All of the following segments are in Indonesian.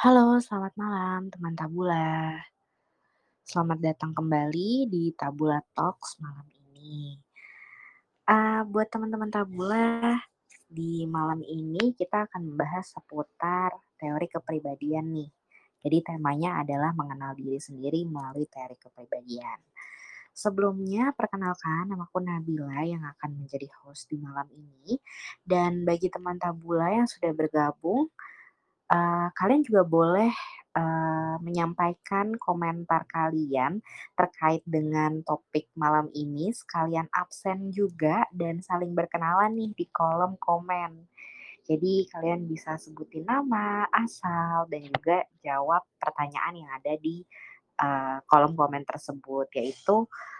Halo, selamat malam teman Tabula. Selamat datang kembali di Tabula Talks malam ini. Buat teman-teman Tabula, di malam ini kita akan membahas seputar teori kepribadian nih. Jadi temanya adalah mengenal diri sendiri melalui teori kepribadian. Sebelumnya, perkenalkan namaku Nabila yang akan menjadi host di malam ini. Dan bagi teman Tabula yang sudah bergabung, kalian juga boleh, menyampaikan komentar kalian terkait dengan topik malam ini, sekalian absen juga dan saling berkenalan nih di kolom komen. Jadi kalian bisa sebutin nama, asal, dan juga jawab pertanyaan yang ada di, kolom komen tersebut, yaitu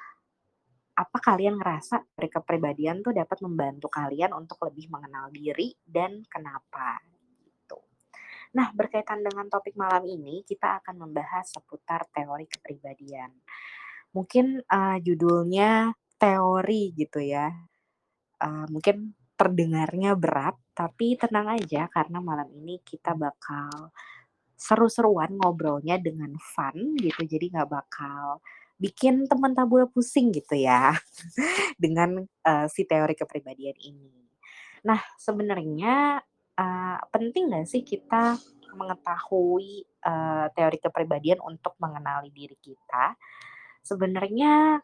apa kalian ngerasa dari kepribadian tuh dapat membantu kalian untuk lebih mengenal diri dan kenapa, gitu. Nah, berkaitan dengan topik malam ini, kita akan membahas seputar teori kepribadian. Mungkin, judulnya teori gitu ya, mungkin terdengarnya berat, tapi tenang aja karena malam ini kita bakal seru-seruan ngobrolnya dengan fun gitu, jadi nggak bakal bikin teman tabula pusing gitu ya dengan, si teori kepribadian ini. Nah, sebenarnya, penting nggak sih kita mengetahui, teori kepribadian untuk mengenali diri kita? Sebenarnya,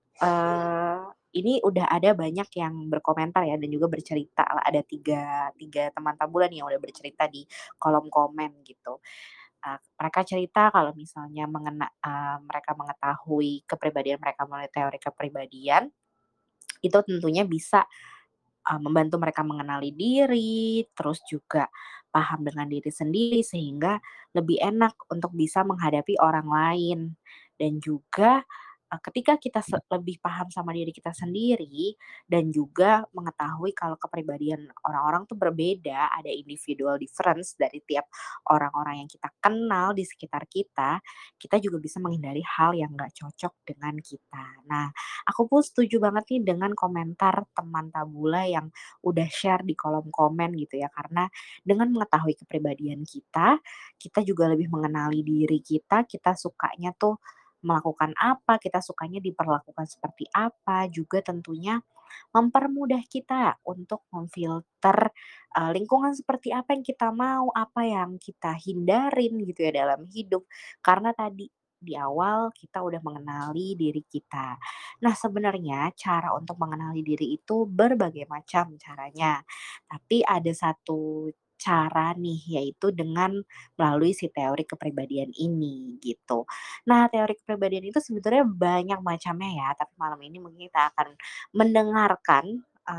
eee, ini udah ada banyak yang berkomentar ya dan juga bercerita lah, ada tiga tiga teman tabula nih yang udah bercerita di kolom komen gitu. Mereka cerita kalau misalnya mereka mengetahui kepribadian mereka melalui teori kepribadian, itu tentunya bisa membantu mereka mengenali diri, terus juga paham dengan diri sendiri sehingga lebih enak untuk bisa menghadapi orang lain. Dan juga, ketika kita lebih paham sama diri kita sendiri dan juga mengetahui kalau kepribadian orang-orang tuh berbeda, ada individual difference dari tiap orang-orang yang kita kenal di sekitar kita, kita juga bisa menghindari hal yang nggak cocok dengan kita. Nah, aku pun setuju banget nih dengan komentar teman Tabula yang udah share di kolom komen gitu ya, karena dengan mengetahui kepribadian kita, kita juga lebih mengenali diri kita sukanya tuh melakukan apa, kita sukanya diperlakukan seperti apa, juga tentunya mempermudah kita untuk memfilter, lingkungan seperti apa yang kita mau, apa yang kita hindarin gitu ya dalam hidup. Karena tadi, di awal kita udah mengenali diri kita. Nah, sebenarnya cara untuk mengenali diri itu berbagai macam caranya, tapi ada satu cara nih, yaitu dengan melalui si teori kepribadian ini, gitu. Nah, teori kepribadian itu sebetulnya banyak macamnya ya, tapi malam ini mungkin kita akan mendengarkan,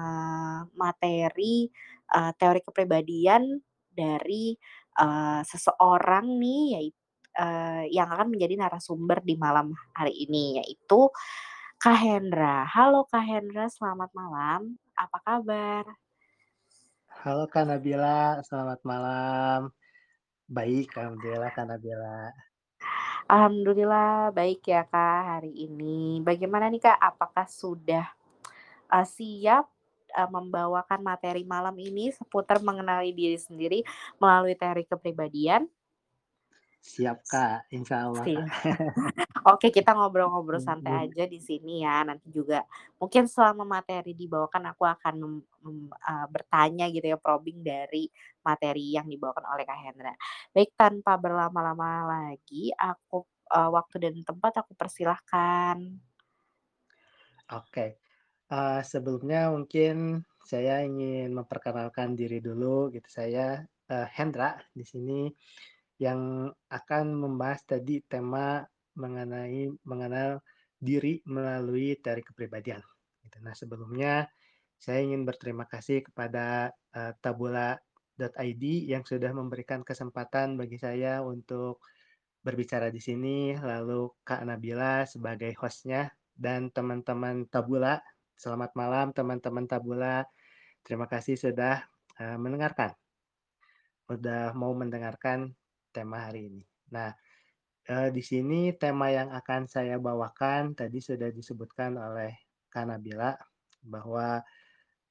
materi, teori kepribadian dari, seseorang nih, yang akan menjadi narasumber di malam hari ini, yaitu Kak Hendra. Halo Kak Hendra, selamat malam, apa kabar? Halo Kak Nabila, selamat malam. Baik, alhamdulillah Kak Nabila. Alhamdulillah baik ya Kak hari ini. Bagaimana nih Kak, apakah sudah, siap, membawakan materi malam ini seputar mengenali diri sendiri melalui teori kepribadian? Siap Kak, insya Allah Kak. Siap. Oke, kita ngobrol-ngobrol santai aja di sini ya, nanti juga mungkin selama materi dibawakan aku akan bertanya gitu ya, probing dari materi yang dibawakan oleh Kak Hendra. Baik, tanpa berlama-lama lagi, waktu dan tempat aku persilahkan. Oke, sebelumnya mungkin saya ingin memperkenalkan diri dulu gitu. Saya, Hendra di sini yang akan membahas tadi tema mengenai mengenal diri melalui teori kepribadian, gitu. Nah, sebelumnya saya ingin berterima kasih kepada, Tabula.id yang sudah memberikan kesempatan bagi saya untuk berbicara di sini, lalu Kak Nabila sebagai hostnya dan teman-teman Tabula. Selamat malam teman-teman Tabula, terima kasih sudah, mendengarkan, udah mau mendengarkan tema hari ini. Nah, di sini tema yang akan saya bawakan tadi sudah disebutkan oleh Kak Nabila bahwa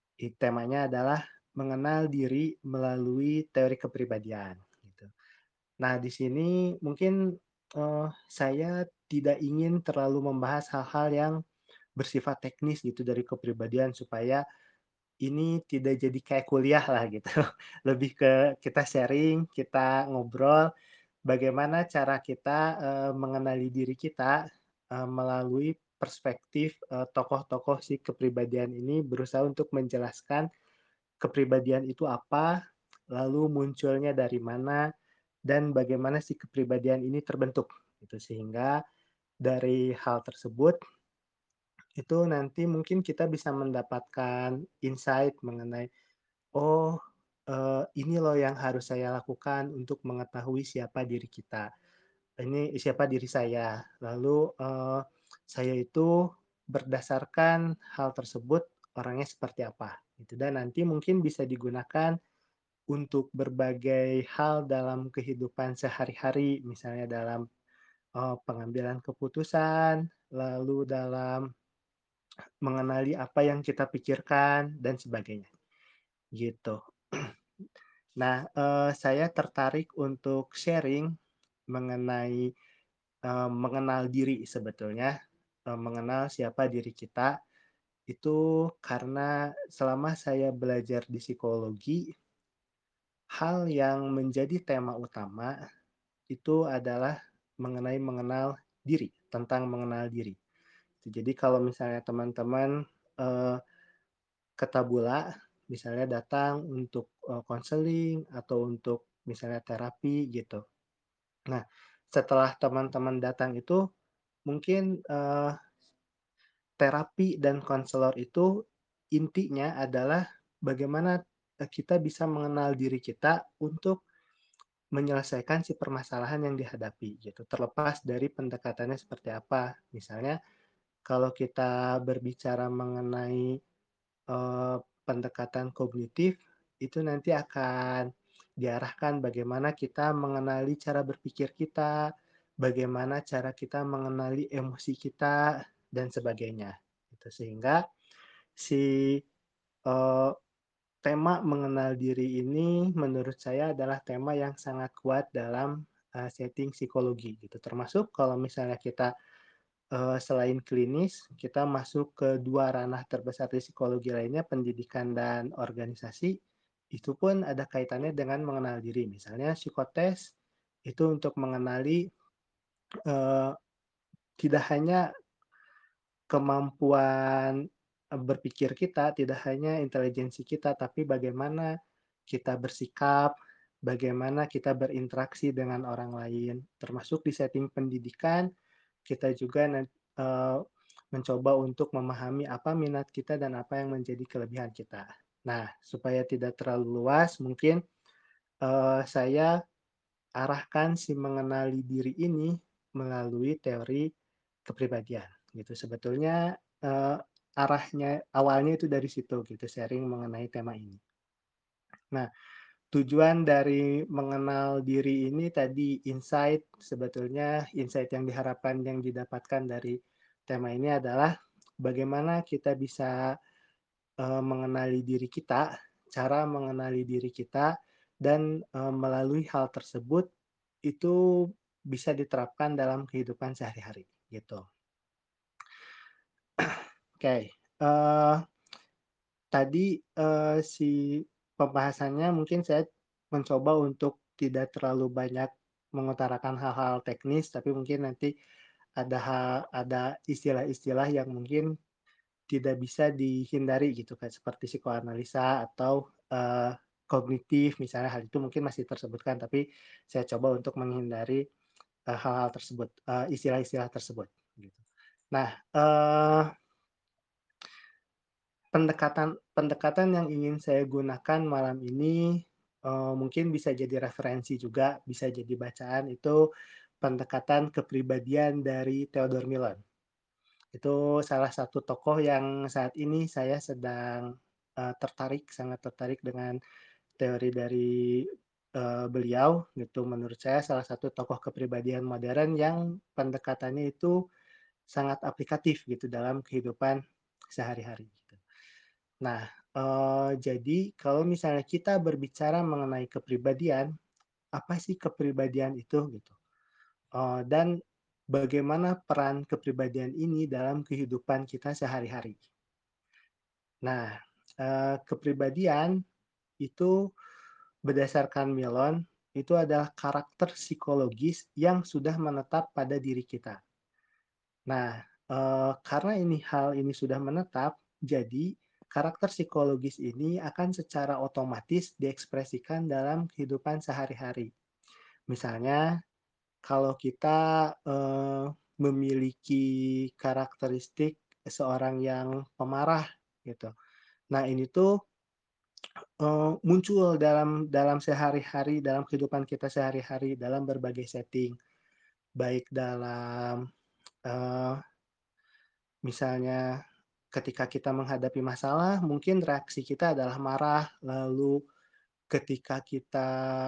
temanya adalah mengenal diri melalui teori kepribadian, gitu. Nah, di sini mungkin, saya tidak ingin terlalu membahas hal-hal yang bersifat teknis gitu dari kepribadian supaya ini tidak jadi kayak kuliah lah gitu. Lebih ke kita sharing, kita ngobrol, bagaimana cara kita, mengenali diri kita, melalui perspektif, tokoh-tokoh si kepribadian ini berusaha untuk menjelaskan kepribadian itu apa, lalu munculnya dari mana, dan bagaimana si kepribadian ini terbentuk, gitu. Sehingga dari hal tersebut, itu nanti mungkin kita bisa mendapatkan insight mengenai, "Oh, ini loh yang harus saya lakukan untuk mengetahui siapa diri kita. Ini siapa diri saya." Lalu, saya itu berdasarkan hal tersebut orangnya seperti apa, gitu. Dan nanti mungkin bisa digunakan untuk berbagai hal dalam kehidupan sehari-hari, misalnya dalam, pengambilan keputusan, lalu dalam mengenali apa yang kita pikirkan dan sebagainya, gitu. Nah, saya tertarik untuk sharing mengenai, mengenal diri sebetulnya, mengenal siapa diri kita, itu karena selama saya belajar di psikologi, hal yang menjadi tema utama itu adalah mengenal diri, tentang mengenal diri. Jadi kalau misalnya teman-teman, eee, ke Tabula, misalnya datang untuk, konseling atau untuk misalnya terapi gitu. Nah, setelah teman-teman datang itu mungkin, terapi dan konselor itu intinya adalah bagaimana, kita bisa mengenal diri kita untuk menyelesaikan si permasalahan yang dihadapi gitu, terlepas dari pendekatannya seperti apa. Misalnya kalau kita berbicara mengenai, pendekatan kognitif, itu nanti akan diarahkan bagaimana kita mengenali cara berpikir kita, bagaimana cara kita mengenali emosi kita, dan sebagainya, gitu. Sehingga si, eee, tema mengenal diri ini menurut saya adalah tema yang sangat kuat dalam, setting psikologi gitu. Termasuk kalau misalnya kita, selain klinis, kita masuk ke 2 ranah terbesar di psikologi lainnya, pendidikan dan organisasi, itu pun ada kaitannya dengan mengenal diri. Misalnya psikotes, itu untuk mengenali, eee, tidak hanya kemampuan, berpikir kita, tidak hanya intelijensi kita, tapi bagaimana kita bersikap, bagaimana kita berinteraksi dengan orang lain. Termasuk di setting pendidikan, kita juga mencoba untuk memahami apa minat kita dan apa yang menjadi kelebihan kita. Nah, supaya tidak terlalu luas, mungkin, saya arahkan si mengenali diri ini melalui teori kepribadian, gitu. Sebetulnya, arahnya awalnya itu dari situ gitu, sharing mengenai tema ini. Nah, tujuan dari mengenal diri ini tadi sebetulnya insight yang diharapkan yang didapatkan dari tema ini adalah bagaimana kita bisa, mengenali diri kita, cara mengenali diri kita dan, melalui hal tersebut itu bisa diterapkan dalam kehidupan sehari-hari, gitu. Oke, tadi, si pembahasannya mungkin saya mencoba untuk tidak terlalu banyak mengutarakan hal-hal teknis, tapi mungkin nanti ada istilah-istilah yang mungkin tidak bisa dihindari gitu kan, seperti psikoanalisa atau, kognitif misalnya, hal itu mungkin masih tersebutkan, tapi saya coba untuk menghindari, hal-hal tersebut, istilah-istilah tersebut, gitu. Nah, pendekatan pendekatan yang ingin saya gunakan malam ini, mungkin bisa jadi referensi juga, bisa jadi bacaan, itu pendekatan kepribadian dari Theodore Millon. Itu salah satu tokoh yang saat ini saya sedang, sangat tertarik dengan teori dari, beliau gitu. Menurut saya salah satu tokoh kepribadian modern yang pendekatannya itu sangat aplikatif gitu dalam kehidupan sehari-hari gitu. Nah, jadi kalau misalnya kita berbicara mengenai kepribadian, apa sih kepribadian itu gitu, dan bagaimana peran kepribadian ini dalam kehidupan kita sehari-hari. Nah, kepribadian itu berdasarkan Milon, itu adalah karakter psikologis yang sudah menetap pada diri kita. Nah, karena hal ini sudah menetap, jadi karakter psikologis ini akan secara otomatis diekspresikan dalam kehidupan sehari-hari. Misalnya, kalau kita, memiliki karakteristik seorang yang pemarah gitu. Nah, ini tuh, muncul dalam dalam sehari-hari, dalam kehidupan kita sehari-hari, dalam berbagai setting, baik dalam, eee misalnya ketika kita menghadapi masalah, mungkin reaksi kita adalah marah, lalu ketika kita,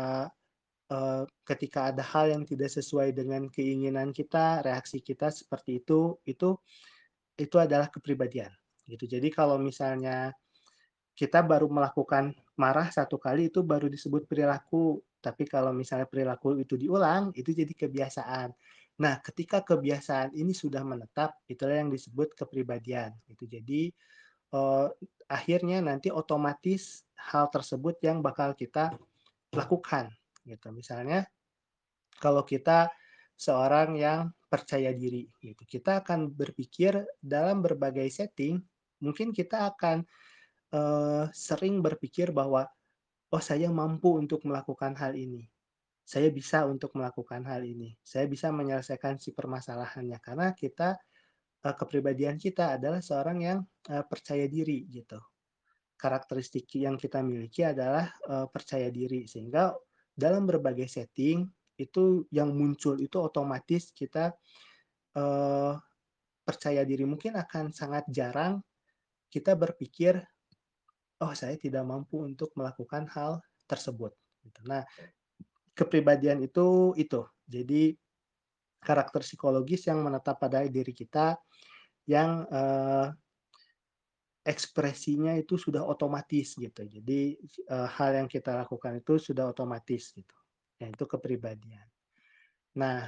ketika ada hal yang tidak sesuai dengan keinginan kita, reaksi kita seperti itu adalah kepribadian, gitu. Jadi kalau misalnya kita baru melakukan marah satu kali itu baru disebut perilaku, tapi kalau misalnya perilaku itu diulang, itu jadi kebiasaan. Nah, ketika kebiasaan ini sudah menetap, itulah yang disebut kepribadian, gitu. Jadi, eee, akhirnya nanti otomatis hal tersebut yang bakal kita lakukan, gitu. Misalnya kalau kita seorang yang percaya diri, gitu, kita akan berpikir dalam berbagai setting, mungkin kita akan sering berpikir bahwa, "Oh, saya mampu untuk melakukan hal ini. Saya bisa untuk melakukan hal ini. Saya bisa menyelesaikan si permasalahannya." Karena kita, kepribadian kita adalah seorang yang, percaya diri gitu. Karakteristik yang kita miliki adalah, percaya diri, sehingga dalam berbagai setting, itu yang muncul itu otomatis kita, eee, percaya diri. Mungkin akan sangat jarang kita berpikir, "Oh, saya tidak mampu untuk melakukan hal tersebut," gitu. Nah, kepribadian itu. Jadi karakter psikologis yang menetap pada diri kita yang, ekspresinya itu sudah otomatis gitu. Jadi, hal yang kita lakukan itu sudah otomatis gitu, yaitu kepribadian. Nah,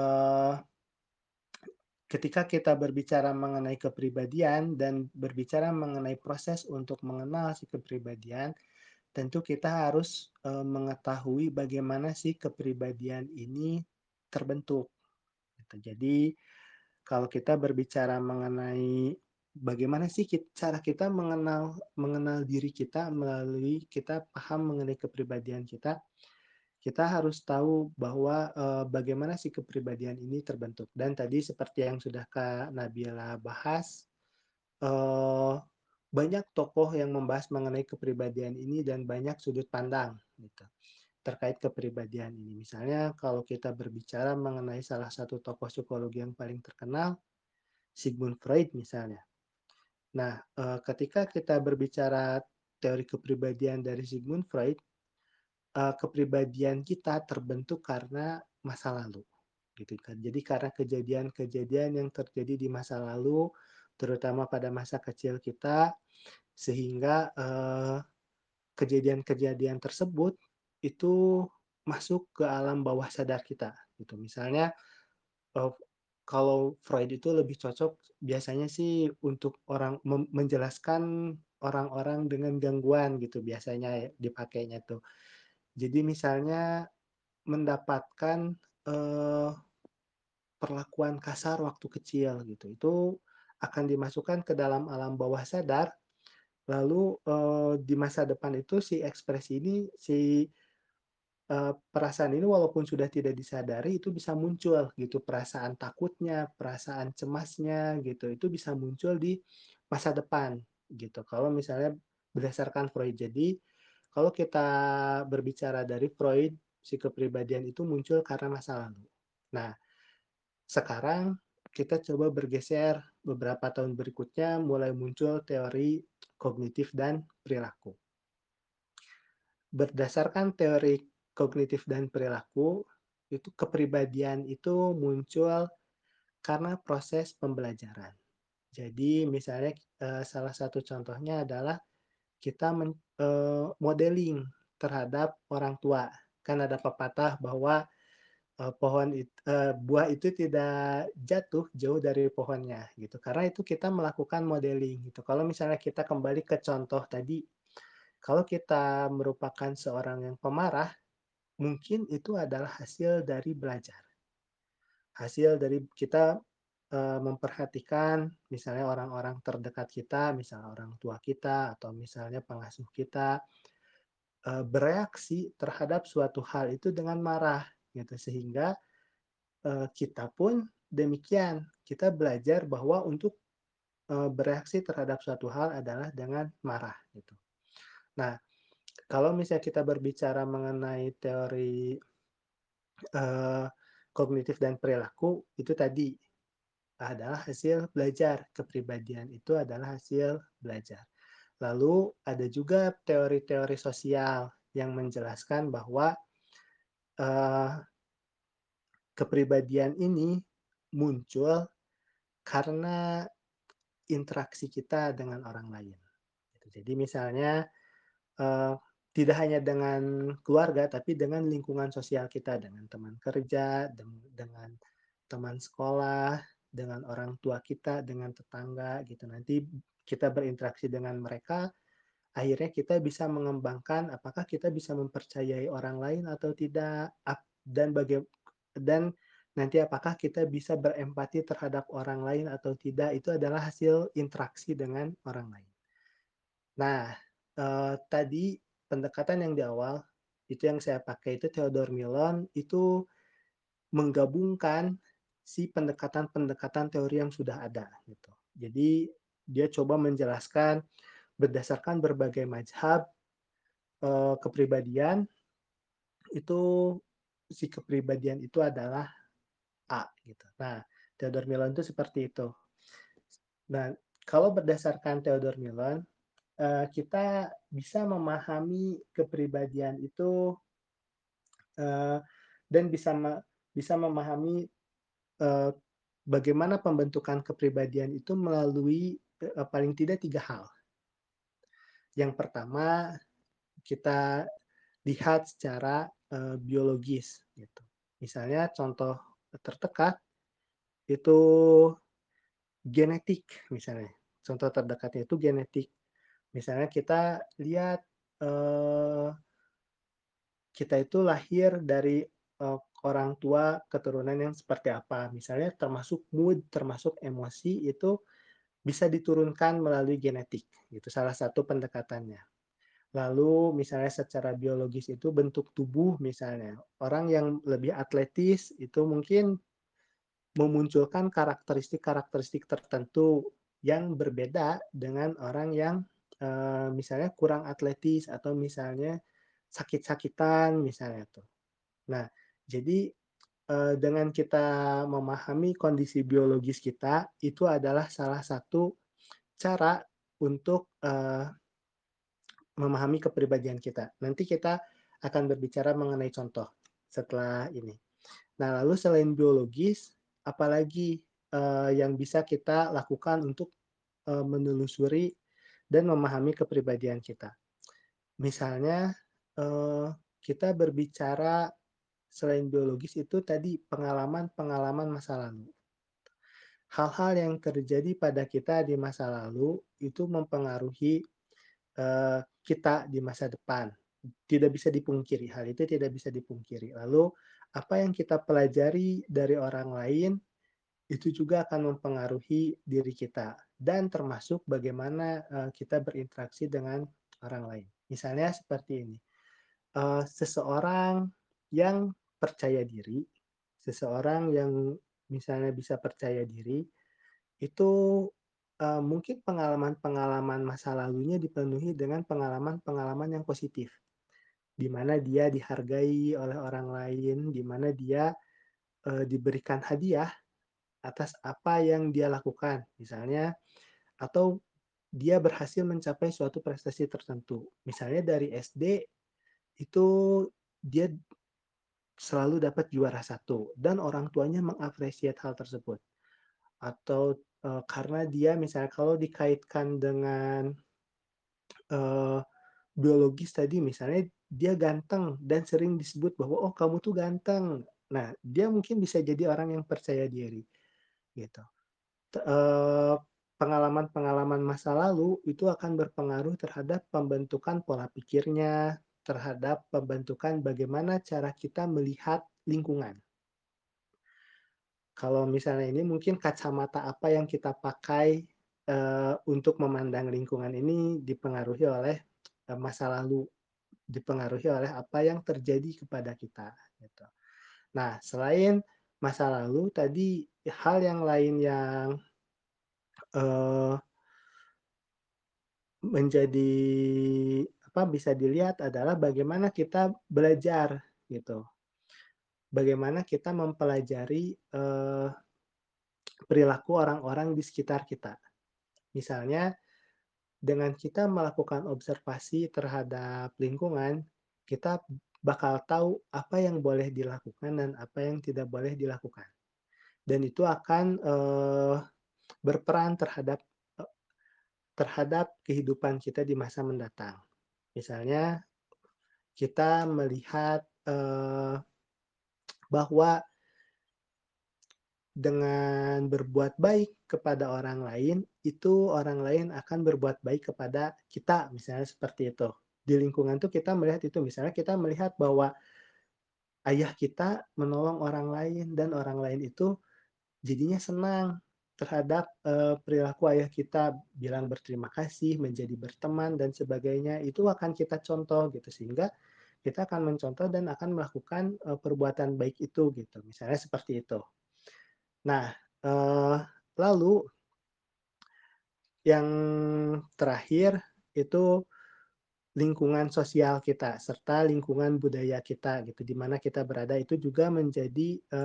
ketika kita berbicara mengenai kepribadian dan berbicara mengenai proses untuk mengenal si kepribadian, tentu kita harus, mengetahui bagaimana sih kepribadian ini terbentuk, gitu. Jadi, kalau kita berbicara mengenai bagaimana sih cara kita mengenal mengenal diri kita melalui kita paham mengenai kepribadian kita harus tahu bahwa, bagaimana sih kepribadian ini terbentuk. Dan tadi seperti yang sudah Kak Nabila bahas, eee, banyak tokoh yang membahas mengenai kepribadian ini dan banyak sudut pandang gitu, terkait kepribadian ini. Misalnya kalau kita berbicara mengenai salah satu tokoh psikologi yang paling terkenal, Sigmund Freud misalnya. Nah, ketika kita berbicara teori kepribadian dari Sigmund Freud, kepribadian kita terbentuk karena masa lalu, gitu kan. Jadi karena kejadian-kejadian yang terjadi di masa lalu, terutama pada masa kecil kita, sehingga, kejadian-kejadian tersebut itu masuk ke alam bawah sadar kita, gitu. Misalnya, eee, kalau Freud itu lebih cocok biasanya sih untuk menjelaskan orang-orang dengan gangguan gitu biasanya ya dipakainya tuh. Jadi misalnya mendapatkan, eee, perlakuan kasar waktu kecil gitu, itu akan dimasukkan ke dalam alam bawah sadar, lalu, di masa depan itu si ekspresi ini, perasaan ini walaupun sudah tidak disadari itu bisa muncul gitu, perasaan takutnya, perasaan cemasnya gitu, itu bisa muncul di masa depan gitu, kalau misalnya berdasarkan Freud. Jadi, kalau kita berbicara dari Freud, si kepribadian itu muncul karena masa lalu. Nah, sekarang kita coba bergeser beberapa tahun berikutnya mulai muncul teori kognitif dan perilaku. Berdasarkan teori kognitif dan perilaku, itu kepribadian itu muncul karena proses pembelajaran. Jadi misalnya, salah satu contohnya adalah kita modeling terhadap orang tua. kan ada pepatah bahwa, buah itu tidak jatuh jauh dari pohonnya gitu, karena itu kita melakukan modeling gitu. Kalau misalnya kita kembali ke contoh tadi, kalau kita merupakan seorang yang pemarah, mungkin itu adalah hasil dari belajar. Hasil dari kita, memperhatikan misalnya orang-orang terdekat kita, misalnya orang tua kita atau misalnya pengasuh kita, bereaksi terhadap suatu hal itu dengan marah gitu. Sehingga, kita pun demikian, kita belajar bahwa untuk, bereaksi terhadap suatu hal adalah dengan marah gitu. Nah, kalau misalnya kita berbicara mengenai teori, eee, kognitif dan perilaku, itu tadi adalah hasil belajar, kepribadian itu adalah hasil belajar. Lalu ada juga teori-teori sosial yang menjelaskan bahwa, eee, kepribadian ini muncul karena interaksi kita dengan orang lain, gitu. Jadi misalnya, eee, tidak hanya dengan keluarga, tapi dengan lingkungan sosial kita, dengan teman kerja, dengan teman sekolah, dengan orang tua kita, dengan tetangga, gitu. Nanti kita berinteraksi dengan mereka, akhirnya kita bisa mengembangkan apakah kita bisa mempercayai orang lain atau tidak, dan nanti apakah kita bisa berempati terhadap orang lain atau tidak, itu adalah hasil interaksi dengan orang lain. Nah, tadi pendekatan yang di awal, itu yang saya pakai itu Theodore Millon, itu menggabungkan si pendekatan-pendekatan teori yang sudah ada, gitu. Jadi, dia coba menjelaskan berdasarkan berbagai mazhab, kepribadian, itu si kepribadian itu adalah A, gitu. Nah, Theodore Millon itu seperti itu. Nah, kalau berdasarkan Theodore Millon, kita bisa memahami kepribadian itu, eee, dan bisa memahami, eee, bagaimana pembentukan kepribadian itu melalui, paling tidak 3 hal. Yang pertama, kita lihat secara, biologis gitu. Misalnya contoh terdekat itu genetik misalnya, contoh terdekatnya itu genetik. Misalnya kita lihat, eee kita itu lahir dari, orang tua keturunan yang seperti apa, misalnya termasuk mood, termasuk emosi itu bisa diturunkan melalui genetik, itu salah satu pendekatannya. Lalu misalnya secara biologis itu bentuk tubuh misalnya, orang yang lebih atletis itu mungkin memunculkan karakteristik-karakteristik tertentu yang berbeda dengan orang yang, misalnya kurang atletis atau misalnya sakit-sakitan misalnya tuh. Nah, jadi, dengan kita memahami kondisi biologis kita, itu adalah salah satu cara untuk, memahami kepribadian kita. Nanti kita akan berbicara mengenai contoh setelah ini. Nah, lalu selain biologis, apalagi, yang bisa kita lakukan untuk, menelusuri dan memahami kepribadian kita? Misalnya, kita berbicara selain biologis itu tadi pengalaman-pengalaman masa lalu. Hal-hal yang terjadi pada kita di masa lalu itu mempengaruhi, kita di masa depan. Tidak bisa dipungkiri, hal itu tidak bisa dipungkiri. Lalu apa yang kita pelajari dari orang lain, itu juga akan mempengaruhi diri kita dan termasuk bagaimana, kita berinteraksi dengan orang lain. Misalnya seperti ini, seseorang yang percaya diri, seseorang yang misalnya bisa percaya diri, itu, mungkin pengalaman-pengalaman masa lalunya dipenuhi dengan pengalaman-pengalaman yang positif, di mana dia dihargai oleh orang lain, di mana dia, diberikan hadiah atas apa yang dia lakukan, misalnya atau dia berhasil mencapai suatu prestasi tertentu. Misalnya dari SD itu dia selalu dapat juara satu dan orang tuanya mengapresiasi hal tersebut. Atau, karena dia misalnya kalau dikaitkan dengan, eee, biologis tadi misalnya dia ganteng dan sering disebut bahwa, "Oh, kamu tuh ganteng." Nah, dia mungkin bisa jadi orang yang percaya diri, gitu. Te eee, Pengalaman-pengalaman masa lalu itu akan berpengaruh terhadap pembentukan pola pikirnya, terhadap pembentukan bagaimana cara kita melihat lingkungan. Kalau misalnya ini mungkin kacamata apa yang kita pakai, untuk memandang lingkungan ini dipengaruhi oleh, masa lalu, dipengaruhi oleh apa yang terjadi kepada kita, gitu. Nah, selain masa lalu tadi, hal yang lain yang, eee, menjadi apa, bisa dilihat adalah bagaimana kita belajar, gitu. Bagaimana kita mempelajari, perilaku orang-orang di sekitar kita. Misalnya dengan kita melakukan observasi terhadap lingkungan, kita bakal tahu apa yang boleh dilakukan dan apa yang tidak boleh dilakukan. Dan itu akan, berperan terhadap kehidupan kita di masa mendatang. Misalnya kita melihat, bahwa dengan berbuat baik kepada orang lain, itu orang lain akan berbuat baik kepada kita, misalnya seperti itu. Di lingkungan tuh kita melihat itu, misalnya kita melihat bahwa ayah kita menolong orang lain dan orang lain itu jadinya senang terhadap, perilaku ayah kita, bilang berterima kasih, menjadi berteman dan sebagainya, itu akan kita contoh gitu, sehingga kita akan mencontoh dan akan melakukan, perbuatan baik itu gitu, misalnya seperti itu. Nah, eee, lalu yang terakhir itu lingkungan sosial kita, serta lingkungan budaya kita gitu, di mana kita berada itu juga menjadi,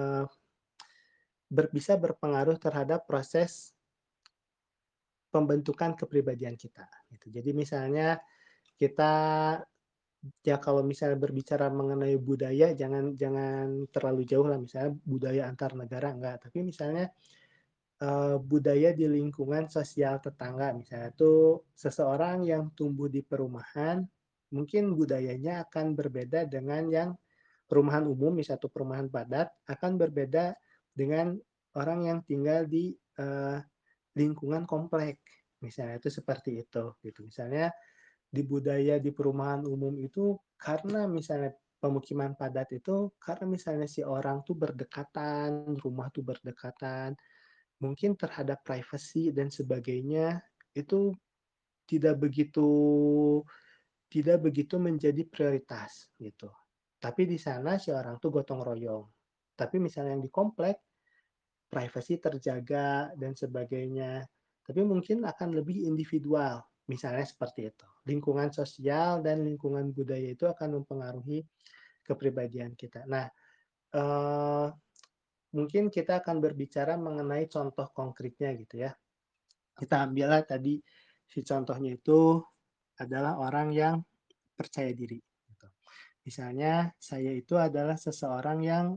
bisa berpengaruh terhadap proses pembentukan kepribadian kita, gitu. Jadi misalnya kita ya kalau misalnya berbicara mengenai budaya jangan jangan terlalu jauh lah, misalnya budaya antar negara enggak, tapi misalnya budaya di lingkungan sosial tetangga, misalnya tuh seseorang yang tumbuh di perumahan, mungkin budayanya akan berbeda dengan yang perumahan umum, misalnya tuh perumahan padat, akan berbeda dengan orang yang tinggal di, lingkungan komplek, misalnya itu seperti itu, gitu. Misalnya di budaya di perumahan umum itu karena misalnya pemukiman padat itu, karena misalnya si orang tuh berdekatan, rumah tuh berdekatan, mungkin terhadap privasi dan sebagainya, itu tidak begitu tidak begitu menjadi prioritas, gitu. Tapi di sana si orang tuh gotong royong. Tapi misalnya yang di komplek, privasi terjaga dan sebagainya. Tapi mungkin akan lebih individual, misalnya seperti itu. Lingkungan sosial dan lingkungan budaya itu akan mempengaruhi kepribadian kita. Nah, eee, mungkin kita akan berbicara mengenai contoh konkretnya gitu ya. Kita ambillah tadi si contohnya itu adalah orang yang percaya diri, gitu. Misalnya saya itu adalah seseorang yang,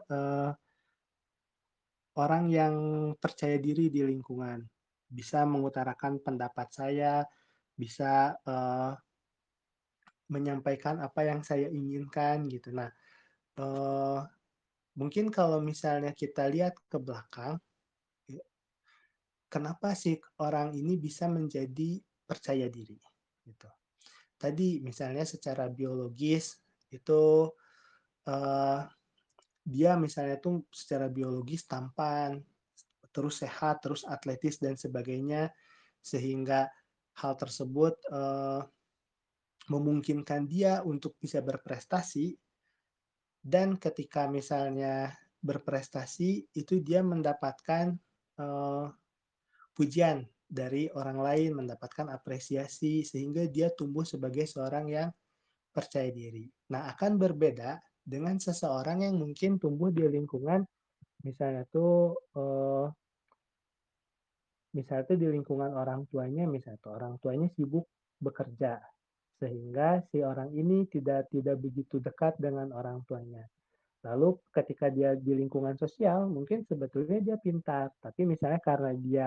orang yang percaya diri di lingkungan, bisa mengutarakan pendapat saya, bisa, menyampaikan apa yang saya inginkan gitu. Nah, eee, mungkin kalau misalnya kita lihat ke belakang, kenapa sih orang ini bisa menjadi percaya diri, gitu. Tadi misalnya secara biologis itu, eee, dia misalnya tuh secara biologis tampan, terus sehat, terus atletis dan sebagainya, sehingga hal tersebut, memungkinkan dia untuk bisa berprestasi dan ketika misalnya berprestasi, itu dia mendapatkan, eee, pujian dari orang lain, mendapatkan apresiasi, sehingga dia tumbuh sebagai seorang yang percaya diri. Nah, akan berbeda dengan seseorang yang mungkin tumbuh di lingkungan misalnya tuh, misalnya tuh di lingkungan orang tuanya, misalnya tuh orang tuanya sibuk bekerja, sehingga si orang ini tidak begitu dekat dengan orang tuanya. Lalu ketika dia di lingkungan sosial, mungkin sebetulnya dia pintar, tapi misalnya karena dia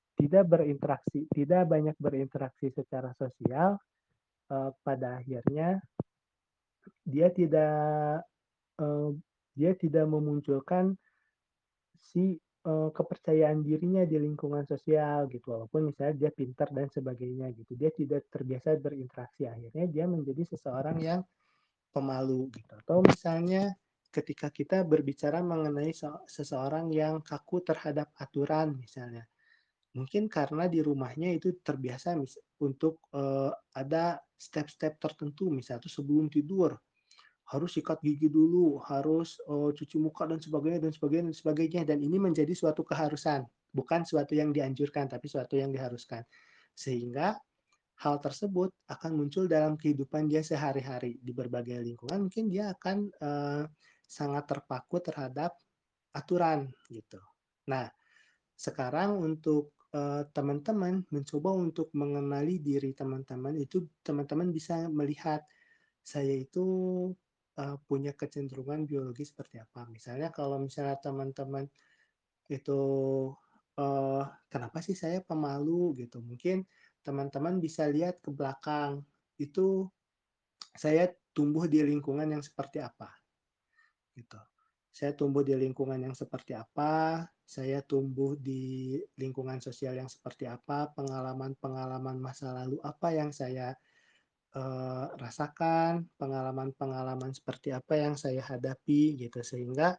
tidak banyak berinteraksi secara sosial, pada akhirnya dia tidak, eee, dia tidak memunculkan kepercayaan dirinya di lingkungan sosial gitu, walaupun misalnya dia pintar dan sebagainya gitu. Dia tidak terbiasa berinteraksi, akhirnya dia menjadi seseorang yang pemalu gitu. Atau misalnya ketika kita berbicara mengenai seseorang yang kaku terhadap aturan misalnya. Mungkin karena di rumahnya itu terbiasa untuk, ada step-step tertentu, misalnya tuh sebelum tidur harus sikat gigi dulu, harus, cuci muka dan sebagainya dan sebagainya, dan ini menjadi suatu keharusan, bukan suatu yang dianjurkan, tapi suatu yang diharuskan. Sehingga hal tersebut akan muncul dalam kehidupan dia sehari-hari, di berbagai lingkungan mungkin dia akan, sangat terpaku terhadap aturan, gitu. Nah, sekarang untuk, teman-teman mencoba untuk mengenali diri teman-teman itu teman-teman bisa melihat, saya itu, punya kecenderungan biologi seperti apa. Misalnya kalau misalnya teman-teman itu, kenapa sih saya pemalu gitu, mungkin teman-teman bisa lihat ke belakang, itu saya tumbuh di lingkungan yang seperti apa, gitu. Saya tumbuh di lingkungan yang seperti apa, saya tumbuh di lingkungan sosial yang seperti apa, pengalaman-pengalaman masa lalu apa yang saya, rasakan, pengalaman-pengalaman seperti apa yang saya hadapi gitu. Sehingga,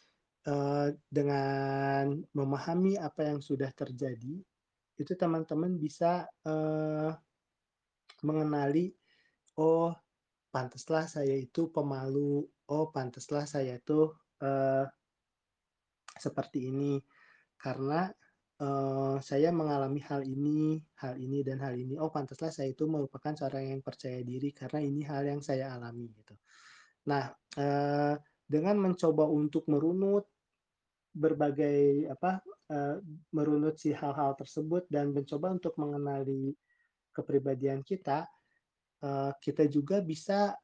dengan memahami apa yang sudah terjadi, itu teman-teman bisa, mengenali, "Oh, pantaslah saya itu pemalu. Oh, pantaslah saya itu, eee, seperti ini. Karena, saya mengalami hal ini, dan hal ini. Oh, pantaslah saya itu merupakan seorang yang percaya diri karena ini hal yang saya alami," gitu. Nah, dengan mencoba untuk merunut berbagai apa, eee, merunut si hal-hal tersebut dan mencoba untuk mengenali kepribadian kita, kita juga bisa,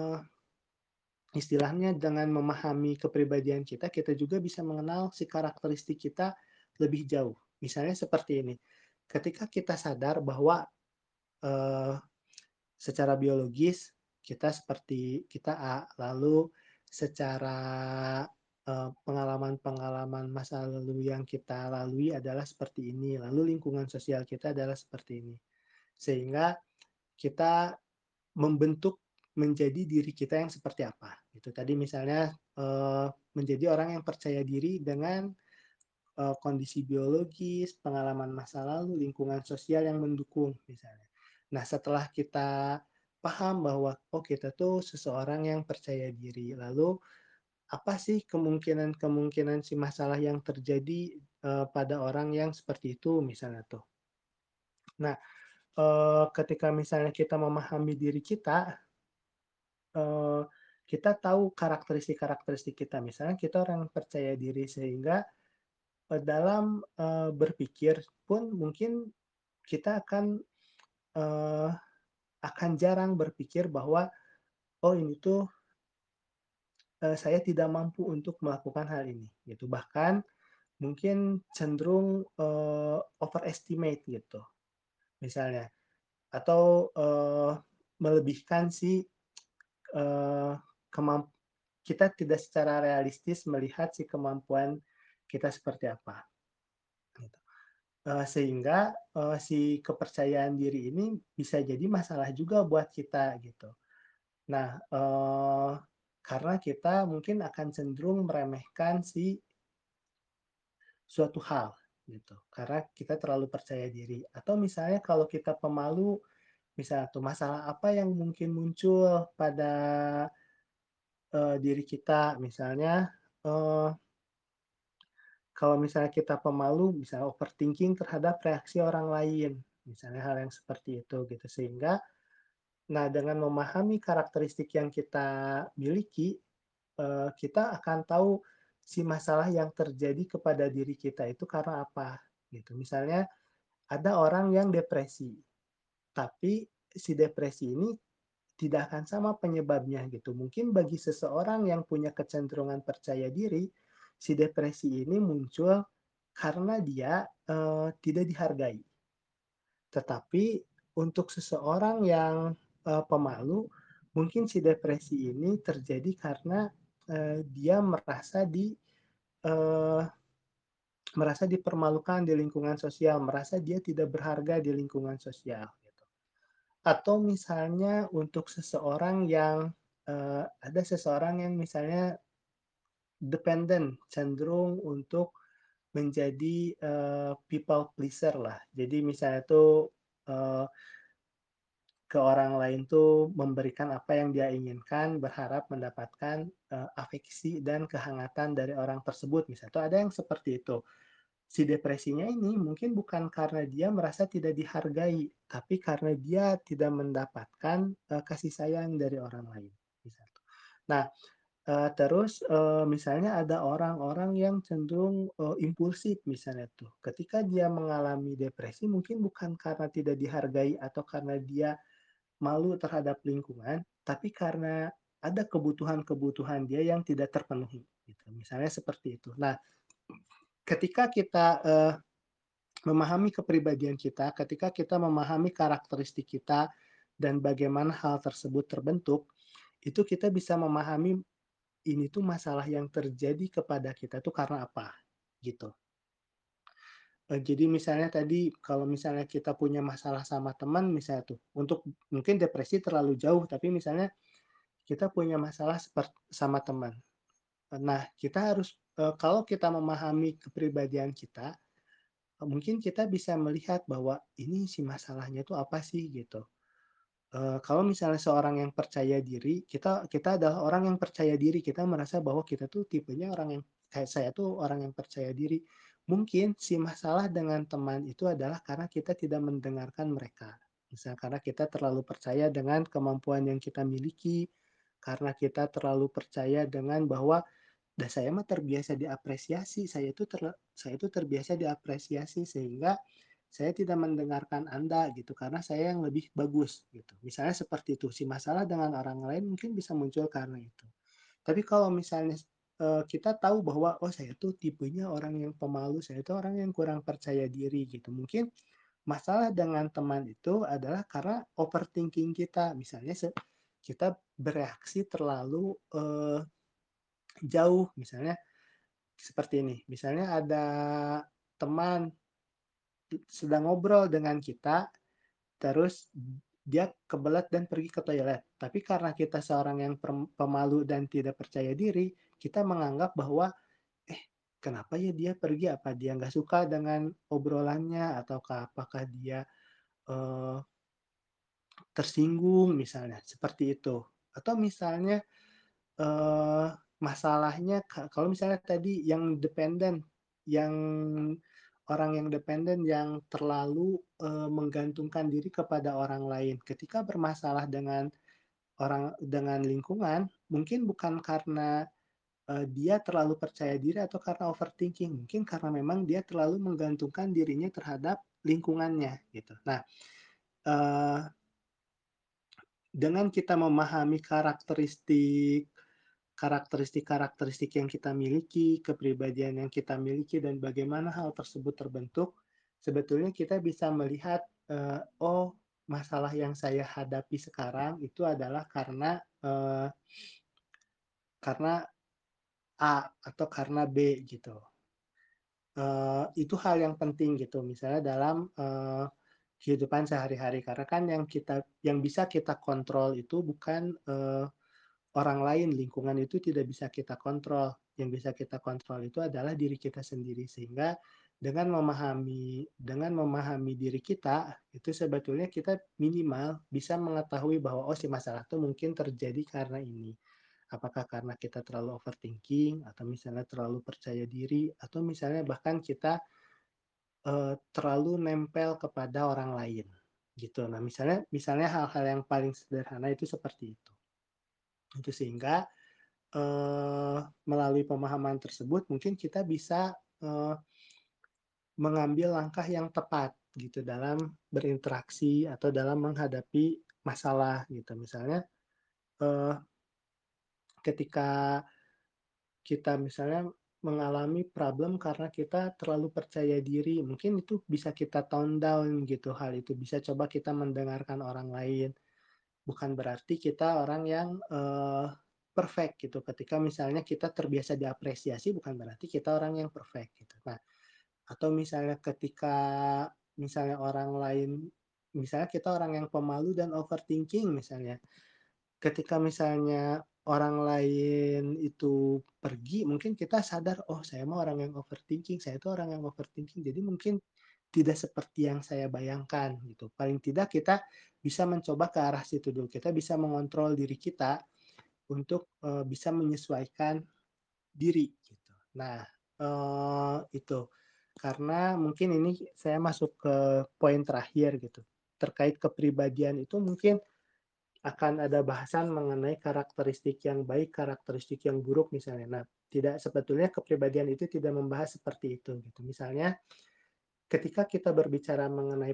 istilahnya dengan memahami kepribadian kita, kita juga bisa mengenal si karakteristik kita lebih jauh. Misalnya seperti ini, ketika kita sadar bahwa, eee, secara biologis kita A, lalu secara, pengalaman-pengalaman masa lalu yang kita lalui adalah seperti ini, lalu lingkungan sosial kita adalah seperti ini. Sehingga kita membentuk menjadi diri kita yang seperti apa, gitu. Tadi misalnya, menjadi orang yang percaya diri dengan, kondisi biologis, pengalaman masa lalu, lingkungan sosial yang mendukung misalnya. Nah, setelah kita paham bahwa, oh kita tuh seseorang yang percaya diri, lalu apa sih kemungkinan-kemungkinan si masalah yang terjadi, pada orang yang seperti itu misalnya tuh. Nah, ketika misalnya kita memahami diri kita, Eee, kita tahu karakteristik-karakteristik kita. Misalnya kita orang percaya diri sehingga, dalam, berpikir pun mungkin kita eee, akan jarang berpikir bahwa, "Oh ini tuh, saya tidak mampu untuk melakukan hal ini," gitu. Bahkan mungkin cenderung, overestimate gitu misalnya atau, melebihkan si, eee, kemamp kita tidak secara realistis melihat si kemampuan kita seperti apa, gitu. Sehingga, si kepercayaan diri ini bisa jadi masalah juga buat kita, gitu. Nah, karena kita mungkin akan cenderung meremehkan si suatu hal, gitu, karena kita terlalu percaya diri. Atau misalnya kalau kita pemalu, misalnya tuh masalah apa yang mungkin muncul pada, diri kita, misalnya, eee kalau misalnya kita pemalu, misalnya overthinking terhadap reaksi orang lain, misalnya hal yang seperti itu gitu. Sehingga, nah dengan memahami karakteristik yang kita miliki, kita akan tahu si masalah yang terjadi kepada diri kita itu karena apa, gitu. Misalnya ada orang yang depresi, tapi si depresi ini tidak akan sama penyebabnya gitu. Mungkin bagi seseorang yang punya kecenderungan percaya diri, si depresi ini muncul karena dia, tidak dihargai. Tetapi untuk seseorang yang, pemalu, mungkin si depresi ini terjadi karena, dia eee, merasa dipermalukan di lingkungan sosial, merasa dia tidak berharga di lingkungan sosial, gitu. Atau misalnya untuk seseorang yang, ada seseorang yang misalnya dependent, cenderung untuk menjadi, people pleaser lah. Jadi misalnya tuh, eee, ke orang lain tuh memberikan apa yang dia inginkan, berharap mendapatkan, afeksi dan kehangatan dari orang tersebut, misalnya tuh ada yang seperti itu. Si depresinya ini mungkin bukan karena dia merasa tidak dihargai, tapi karena dia tidak mendapatkan, kasih sayang dari orang lain, misal tuh. Nah, terus, misalnya ada orang-orang yang cenderung, impulsif misalnya tuh, ketika dia mengalami depresi mungkin bukan karena tidak dihargai atau karena dia malu terhadap lingkungan, tapi karena ada kebutuhan-kebutuhan dia yang tidak terpenuhi, gitu, misalnya seperti itu. Nah, ketika kita, memahami kepribadian kita, ketika kita memahami karakteristik kita dan bagaimana hal tersebut terbentuk, itu kita bisa memahami ini tuh masalah yang terjadi kepada kita tuh karena apa, gitu. Jadi misalnya tadi kalau misalnya kita punya masalah sama teman misalnya tuh, untuk mungkin depresi terlalu jauh, tapi misalnya kita punya masalah sama teman. Nah, kita harus, kalau kita memahami kepribadian kita, mungkin kita bisa melihat bahwa ini si masalahnya itu apa sih, gitu. Kalau misalnya seorang yang percaya diri, kita adalah orang yang percaya diri, kita merasa bahwa kita tuh tipenya orang yang kayak saya tuh orang yang percaya diri. Mungkin si masalah dengan teman itu adalah karena kita tidak mendengarkan mereka. Misal karena kita terlalu percaya dengan kemampuan yang kita miliki, karena kita terlalu percaya dengan bahwa, "Dah saya mah terbiasa diapresiasi, saya itu terbiasa diapresiasi sehingga saya tidak mendengarkan Anda gitu, karena saya yang lebih bagus," gitu. Misalnya seperti itu, si masalah dengan orang lain mungkin bisa muncul karena itu. Tapi kalau misalnya, kita tahu bahwa, "Oh saya tuh tipenya orang yang pemalu, saya tuh orang yang kurang percaya diri," gitu. Mungkin masalah dengan teman itu adalah karena overthinking kita, misalnya kita bereaksi terlalu, jauh. Misalnya seperti ini, misalnya ada teman sedang ngobrol dengan kita, terus dia kebelet dan pergi ke toilet. Tapi karena kita seorang yang pemalu dan tidak percaya diri, kita menganggap bahwa, "Eh, kenapa ya dia pergi? Apa dia nggak suka dengan obrolannya? Ataukah apakah dia, eee, tersinggung?" Misalnya, seperti itu. Atau misalnya, eee, masalahnya kalau misalnya tadi yang dependen, yang orang yang dependen yang terlalu, menggantungkan diri kepada orang lain. Ketika bermasalah dengan lingkungan, mungkin bukan karena, dia terlalu percaya diri atau karena overthinking, mungkin karena memang dia terlalu menggantungkan dirinya terhadap lingkungannya, gitu. Nah, eee, dengan kita memahami karakteristik yang kita miliki, kepribadian yang kita miliki, dan bagaimana hal tersebut terbentuk, sebetulnya kita bisa melihat, "Oh, masalah yang saya hadapi sekarang itu adalah karena A atau karena B," gitu. Itu hal yang penting gitu, misalnya dalam, kehidupan sehari-hari. Karena kan yang bisa kita kontrol itu bukan, orang lain, lingkungan itu tidak bisa kita kontrol. Yang bisa kita kontrol itu adalah diri kita sendiri. Sehingga dengan memahami diri kita, itu sebetulnya kita minimal bisa mengetahui bahwa, oh si masalah itu mungkin terjadi karena ini. Apakah karena kita terlalu overthinking, atau misalnya terlalu percaya diri, atau misalnya bahkan kita, terlalu nempel kepada orang lain, gitu. Nah, misalnya misalnya hal-hal yang paling sederhana itu seperti itu. Itu sehingga melalui pemahaman tersebut mungkin kita bisa, mengambil langkah yang tepat gitu dalam berinteraksi atau dalam menghadapi masalah gitu. Misalnya, eee, ketika kita misalnya mengalami problem karena kita terlalu percaya diri, mungkin itu bisa kita tone down gitu hal itu, bisa coba kita mendengarkan orang lain. bukan berarti kita orang yang, perfect gitu. Ketika misalnya kita terbiasa diapresiasi, bukan berarti kita orang yang perfect gitu. Nah, atau misalnya ketika misalnya orang lain misalnya kita orang yang pemalu dan overthinking misalnya. Ketika misalnya orang lain itu pergi, mungkin kita sadar, "Oh, saya mah orang yang overthinking, saya itu orang yang overthinking." Jadi mungkin tidak seperti yang saya bayangkan gitu. Paling tidak kita bisa mencoba ke arah situ dulu. Kita bisa mengontrol diri kita untuk, bisa menyesuaikan diri gitu. Nah, itu. Karena mungkin ini saya masuk ke poin terakhir gitu. Terkait kepribadian itu mungkin akan ada bahasan mengenai karakteristik yang baik, karakteristik yang buruk misalnya. Nah, tidak sebetulnya kepribadian itu tidak membahas seperti itu gitu. Misalnya ketika kita berbicara mengenai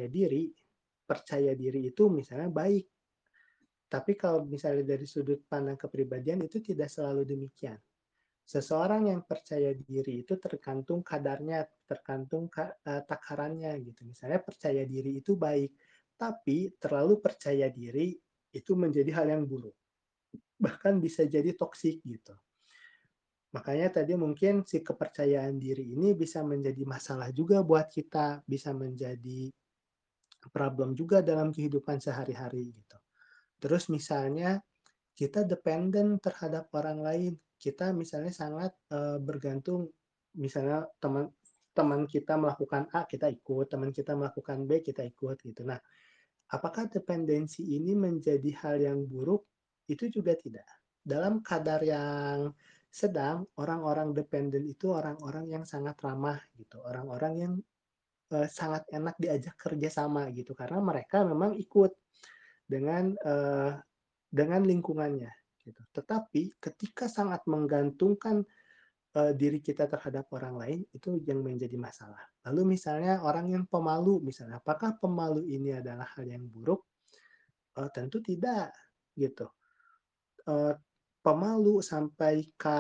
percaya diri itu misalnya baik. Tapi kalau misalnya dari sudut pandang kepribadian itu tidak selalu demikian. Seseorang yang percaya diri itu tergantung kadarnya, tergantung takarannya gitu. Misalnya percaya diri itu baik, tapi terlalu percaya diri itu menjadi hal yang buruk. Bahkan bisa jadi toksik gitu. Makanya tadi mungkin si kepercayaan diri ini bisa menjadi masalah juga buat kita, bisa menjadi problem juga dalam kehidupan sehari-hari gitu. Terus misalnya kita dependen terhadap orang lain, kita misalnya sangat, bergantung misalnya teman kita melakukan A, kita ikut, teman kita melakukan B, kita ikut gitu. Nah, apakah dependensi ini menjadi hal yang buruk? Itu juga tidak. Dalam kadar yang sedang, orang-orang dependen itu orang-orang yang sangat ramah gitu, orang-orang yang, sangat enak diajak kerja sama gitu, karena mereka memang ikut dengan, dengan lingkungannya gitu. Tetapi ketika sangat menggantungkan, diri kita terhadap orang lain, itu yang menjadi masalah. Lalu misalnya orang yang pemalu misalnya, apakah pemalu ini adalah hal yang buruk? Tentu tidak, gitu. Eee, Pemalu sampai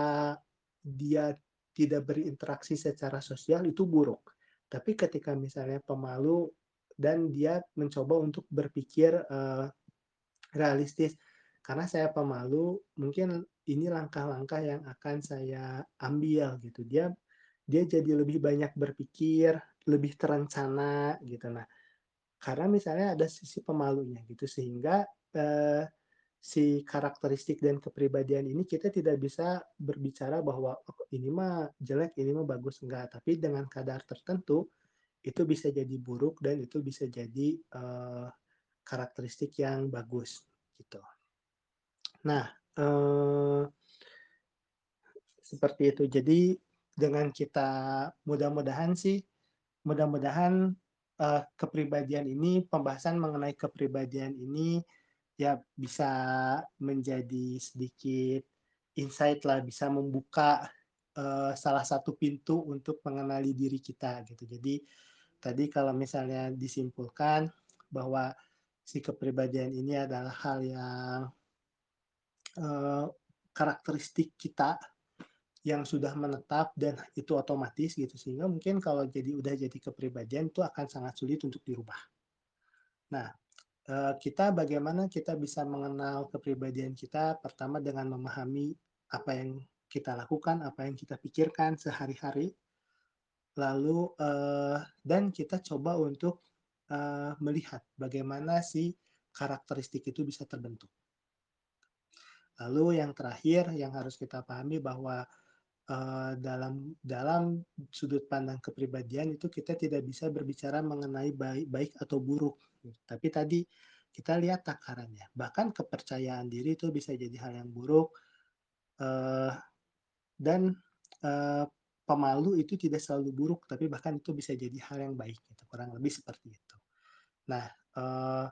dia tidak berinteraksi secara sosial itu buruk. Tapi ketika misalnya pemalu dan dia mencoba untuk berpikir, realistis, "Karena saya pemalu, mungkin ini langkah-langkah yang akan saya ambil," gitu. Dia jadi lebih banyak berpikir, lebih terencana gitu. Nah, karena misalnya ada sisi pemalunya gitu sehingga, si karakteristik dan kepribadian ini kita tidak bisa berbicara bahwa, "Oh ini mah jelek, ini mah bagus." Enggak, tapi dengan kadar tertentu itu bisa jadi buruk dan itu bisa jadi, karakteristik yang bagus gitu. Nah, eee, seperti itu. Jadi dengan kita mudah-mudahan sih mudah-mudahan, kepribadian ini pembahasan mengenai kepribadian ini, ya bisa menjadi sedikit insight lah, bisa membuka, salah satu pintu untuk mengenali diri kita gitu. Jadi tadi kalau misalnya disimpulkan bahwa si kepribadian ini adalah hal yang, eee, karakteristik kita yang sudah menetap dan itu otomatis gitu, sehingga mungkin kalau udah jadi kepribadian itu akan sangat sulit untuk dirubah. Nah, kita bagaimana kita bisa mengenal kepribadian kita, pertama dengan memahami apa yang kita lakukan, apa yang kita pikirkan sehari-hari, lalu, dan kita coba untuk, melihat bagaimana si karakteristik itu bisa terbentuk. Lalu yang terakhir yang harus kita pahami bahwa dalam dalam sudut pandang kepribadian itu kita tidak bisa berbicara mengenai baik baik atau buruk, gitu. Tapi tadi kita lihat takarannya. Bahkan kepercayaan diri itu bisa jadi hal yang buruk, eee, dan, eee, pemalu itu tidak selalu buruk, tapi bahkan itu bisa jadi hal yang baik gitu, kurang lebih seperti itu. Nah, eee,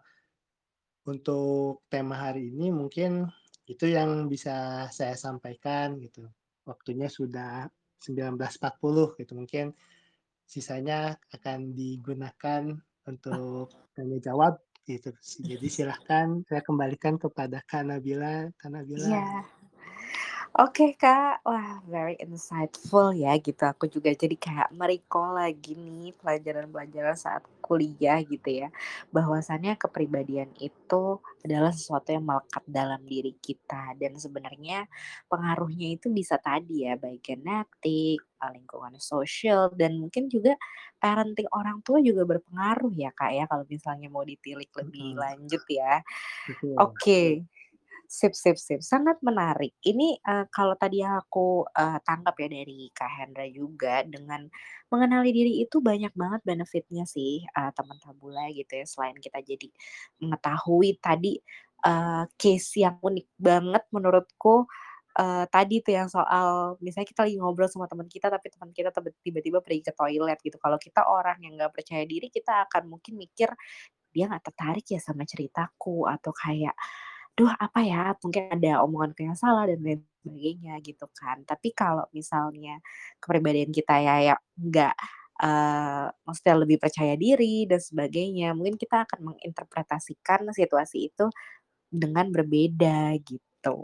untuk tema hari ini mungkin itu yang bisa saya sampaikan gitu. Waktunya sudah 19.40 gitu, mungkin sisanya akan digunakan untuk tanya jawab gitu. Jadi silahkan saya kembalikan kepada Kak Nabila. Kak Nabila. Iya. Oke Kak, wah very insightful ya gitu. Aku juga jadi kayak me-recall lagi nih pelajaran-pelajaran saat kuliah gitu ya. Bahwasannya kepribadian itu adalah sesuatu yang melekat dalam diri kita dan sebenarnya pengaruhnya itu bisa tadi ya baik genetik, lingkungan sosial dan mungkin juga parenting orang tua juga berpengaruh ya Kak ya kalau misalnya mau ditilik lebih Mhm, lanjut ya. betul. Oke. Sip sip sip, sangat menarik. Ini, kalau tadi yang aku, tangkap ya dari Kak Hendra juga, dengan mengenali diri itu banyak banget benefitnya sih, teman tabula gitu ya, selain kita jadi mengetahui tadi, case yang unik banget menurutku, tadi tuh yang soal misalnya kita lagi ngobrol sama teman kita, tapi teman kita tiba-tiba pergi ke toilet gitu. Kalau kita orang yang nggak percaya diri, kita akan mungkin mikir, "Dia nggak tertarik ya sama ceritaku," atau kayak, "Duh apa ya, mungkin ada omonganku yang salah," dan lain sebagainya gitu kan. Tapi kalau misalnya kepribadian kita ya nggak, maksudnya lebih percaya diri dan sebagainya, mungkin kita akan menginterpretasikan situasi itu dengan berbeda gitu.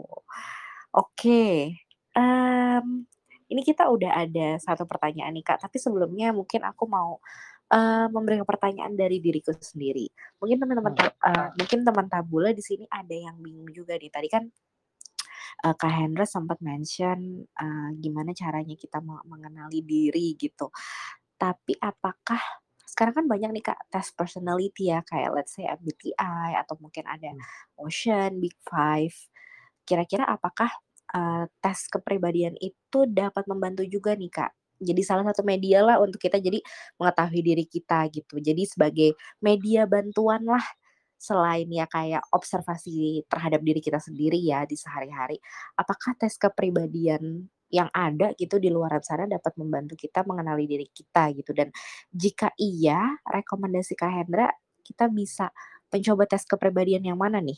Oke, mmm, ini kita udah ada satu pertanyaan nih Kak, tapi sebelumnya mungkin aku mau, memberikan pertanyaan dari diriku sendiri. Mmm, Mungkin teman tabula di sini ada yang bingung juga nih, tadi kan, Kak Hendra sempat mention, gimana caranya kita mengenali diri gitu. Tapi apakah sekarang kan banyak nih Kak tes personality ya, kayak let's say MBTI atau mungkin ada mhm, Ocean, Big Five. Kira-kira apakah, tes kepribadian itu dapat membantu juga nih Kak, jadi salah satu media lah untuk kita jadi mengetahui diri kita gitu. Jadi sebagai media bantuan lah, selain ya kayak observasi terhadap diri kita sendiri ya di sehari-hari. Apakah tes kepribadian yang ada gitu di luaran sana dapat membantu kita mengenali diri kita gitu? Dan jika iya, rekomendasi Kak Hendra, kita bisa mencoba tes kepribadian yang mana nih?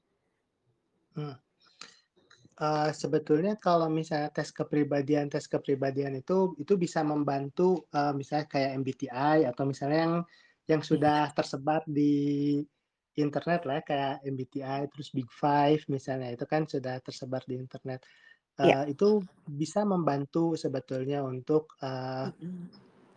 mmm. Sebetulnya kalau misalnya tes kepribadian itu bisa membantu, misalnya kayak MBTI atau misalnya yang Iya. sudah tersebar di internet lah ya, kayak MBTI, terus Big Five misalnya, itu kan sudah tersebar di internet. Iya. Itu bisa membantu sebetulnya untuk, Mhm.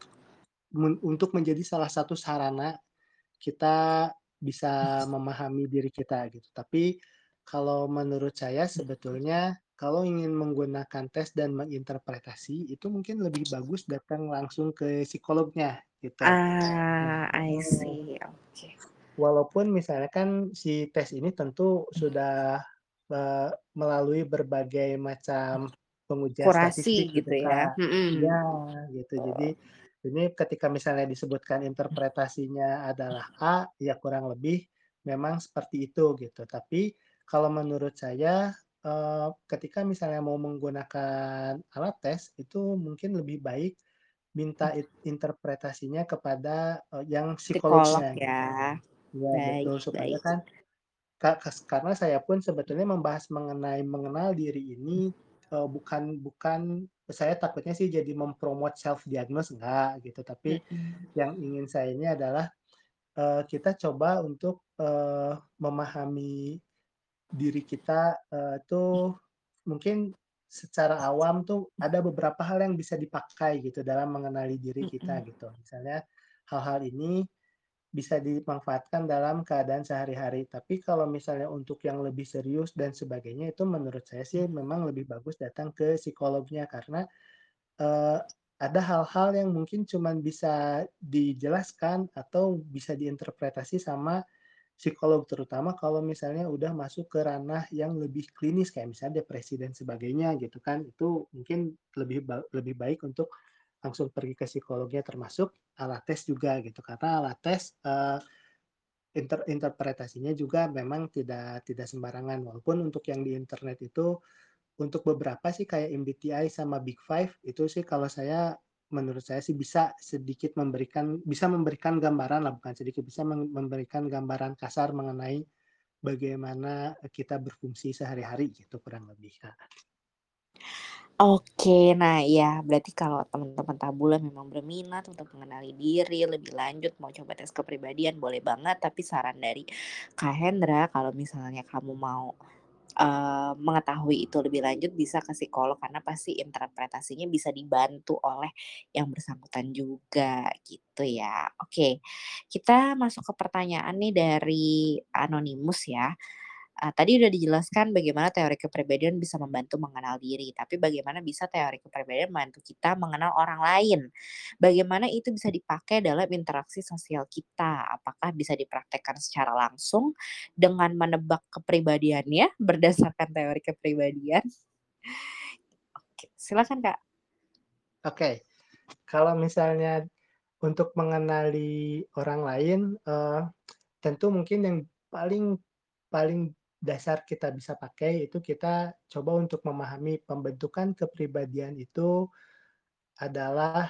untuk menjadi salah satu sarana kita bisa memahami diri kita gitu. Tapi kalau menurut saya sebetulnya kalau ingin menggunakan tes dan menginterpretasi itu mungkin lebih bagus datang langsung ke psikolognya gitu. I Mhm. see, oke. Walaupun misalnya kan si tes ini tentu sudah, melalui berbagai macam pengujian Kurasi statistik gitu, gitu ya? Kak. Mhm. Iya, gitu. Jadi ini ketika misalnya disebutkan interpretasinya adalah A, ya kurang lebih memang seperti itu gitu. Tapi kalau menurut saya, ketika misalnya mau menggunakan alat tes, itu mungkin lebih baik minta interpretasinya kepada, yang Psikolog psikolognya ya? gitu. Iya Baik betul, supaya baik. kan karena saya pun sebetulnya membahas mengenai mengenal diri ini, bukan saya takutnya sih jadi self diagnose enggak gitu, tapi Mhm. yang ingin saya ini adalah, kita coba untuk, memahami diri kita, tuh mungkin secara awam tuh ada beberapa hal yang bisa dipakai gitu dalam mengenali diri kita Mhm. gitu. Misalnya hal-hal ini bisa dimanfaatkan dalam keadaan sehari-hari. Tapi kalau misalnya untuk yang lebih serius dan sebagainya, itu menurut saya sih memang lebih bagus datang ke psikolognya karena, eee, ada hal-hal yang mungkin cuman bisa dijelaskan atau bisa diinterpretasi sama psikolog, terutama kalau misalnya udah masuk ke ranah yang lebih klinis kayak misalnya depresi dan sebagainya gitu kan. Itu mungkin lebih baik untuk langsung pergi ke psikolognya termasuk alat tes juga gitu. Karena alat tes, interpretasinya juga memang tidak tidak sembarangan, walaupun untuk yang di internet itu, untuk beberapa sih kayak MBTI sama Big Five itu sih kalau saya menurut saya sih bisa memberikan gambaran lah, bukan sedikit, bisa memberikan gambaran kasar mengenai bagaimana, kita berfungsi sehari-hari gitu kurang lebih, Kak. Oke, nah ya berarti kalau teman-teman tabula memang berminat untuk mengenali diri lebih lanjut, mau coba tes kepribadian boleh banget, tapi saran dari Kak Hendra kalau misalnya kamu mau mengetahui itu lebih lanjut bisa ke psikolog karena pasti interpretasinya bisa dibantu oleh yang bersangkutan juga gitu ya. Oke, kita masuk ke pertanyaan nih dari anonimus ya. Tadi udah dijelaskan bagaimana teori kepribadian bisa membantu mengenal diri, tapi bagaimana bisa teori kepribadian membantu kita mengenal orang lain? Bagaimana itu bisa dipakai dalam interaksi sosial kita? Apakah bisa dipraktekkan secara langsung dengan menebak kepribadiannya berdasarkan teori kepribadian? Oke, silakan Kak. Oke, kalau misalnya untuk mengenali orang lain, tentu mungkin yang paling paling dasar kita bisa pakai itu kita coba untuk memahami pembentukan kepribadian itu adalah,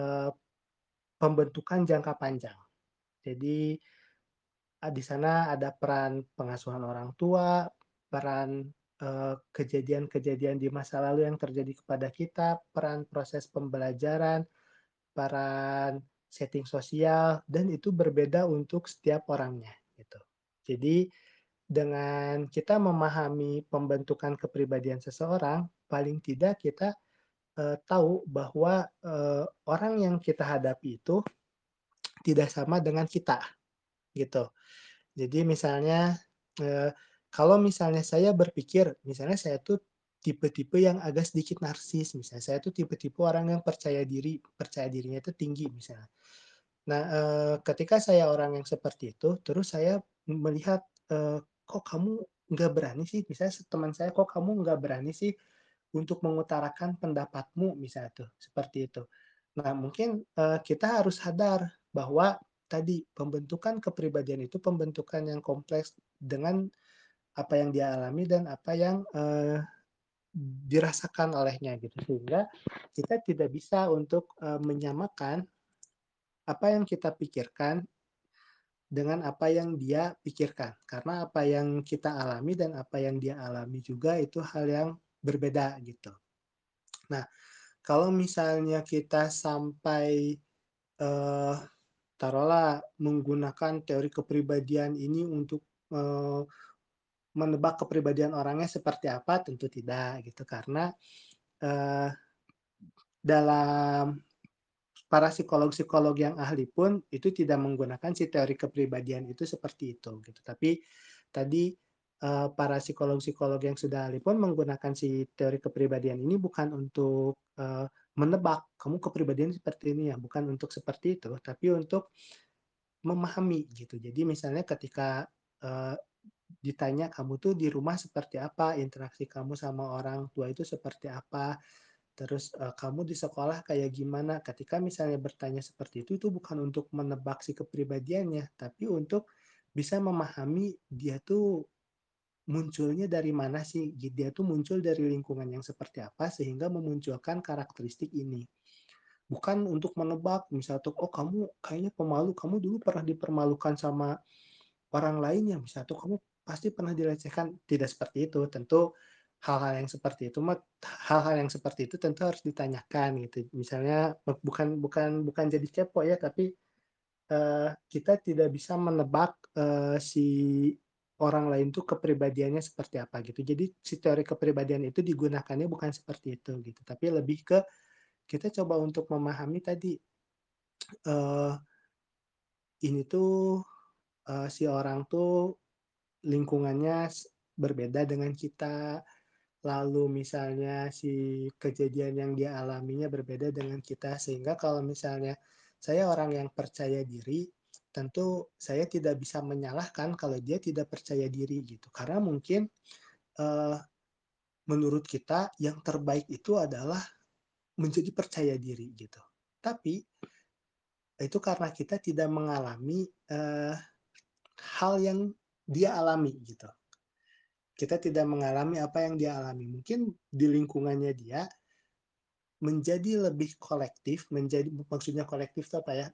pembentukan jangka panjang. Jadi, di sana ada peran pengasuhan orang tua, peran, kejadian-kejadian di masa lalu yang terjadi kepada kita, peran proses pembelajaran, peran setting sosial, dan itu berbeda untuk setiap orangnya, gitu. Jadi, dengan kita memahami pembentukan kepribadian seseorang, paling tidak kita, tahu bahwa, orang yang kita hadapi itu tidak sama dengan kita, gitu. Jadi misalnya, eee, kalau misalnya saya berpikir, misalnya saya tuh tipe-tipe yang agak sedikit narsis misalnya, saya tuh tipe-tipe orang yang percaya dirinya itu tinggi misalnya. Nah, ketika saya orang yang seperti itu, terus saya melihat, "Kok kamu nggak berani sih?" Misalnya teman saya, "Kok kamu nggak berani sih untuk mengutarakan pendapatmu?" Misalnya tuh, seperti itu. Nah, mungkin, kita harus sadar bahwa tadi, pembentukan kepribadian itu pembentukan yang kompleks dengan apa yang dia alami dan apa yang, dirasakan olehnya gitu. Sehingga kita tidak bisa untuk, menyamakan apa yang kita pikirkan dengan apa yang dia pikirkan. Karena apa yang kita alami dan apa yang dia alami juga itu hal yang berbeda gitu. Nah, kalau misalnya kita sampai, eee, taruhlah menggunakan teori kepribadian ini untuk, eee, menebak kepribadian orangnya seperti apa, tentu tidak gitu. Karena, eee, dalam para psikolog-psikolog yang ahli pun itu tidak menggunakan si teori kepribadian itu seperti itu gitu. Tapi tadi, para psikolog-psikolog yang sudah ahli pun menggunakan si teori kepribadian ini bukan untuk, menebak, "Kamu kepribadian seperti ini ya," bukan untuk seperti itu, tapi untuk memahami gitu. Jadi misalnya ketika, eee, ditanya, "Kamu tuh di rumah seperti apa? Interaksi kamu sama orang tua itu seperti apa? Terus, kamu di sekolah kayak gimana?" Ketika misalnya bertanya seperti itu bukan untuk menebak si kepribadiannya, tapi untuk bisa memahami dia tuh munculnya dari mana sih, dia tuh muncul dari lingkungan yang seperti apa sehingga memunculkan karakteristik ini. Bukan untuk menebak, misal tuh, "Oh kamu kayaknya pemalu, kamu dulu pernah dipermalukan sama orang lain ya?" Misal tuh, "Kamu pasti pernah dilecehkan." Tidak seperti itu, tentu hal-hal yang seperti itu hal-hal yang seperti itu tentu harus ditanyakan gitu. Misalnya, bukan jadi kepo ya, tapi, kita tidak bisa menebak, si orang lain tuh kepribadiannya seperti apa gitu. Jadi si teori kepribadian itu digunakannya bukan seperti itu gitu, tapi lebih ke kita coba untuk memahami tadi, eee, ini tuh, si orang tuh lingkungannya berbeda dengan kita, lalu misalnya si kejadian yang dia alaminya berbeda dengan kita, sehingga kalau misalnya saya orang yang percaya diri, tentu saya tidak bisa menyalahkan kalau dia tidak percaya diri gitu. Karena mungkin, eee, menurut kita yang terbaik itu adalah menjadi percaya diri gitu. Tapi itu karena kita tidak mengalami, hal yang dia alami gitu. Kita tidak mengalami apa yang dia alami. Mungkin di lingkungannya dia menjadi lebih kolektif, maksudnya kolektif itu apa ya,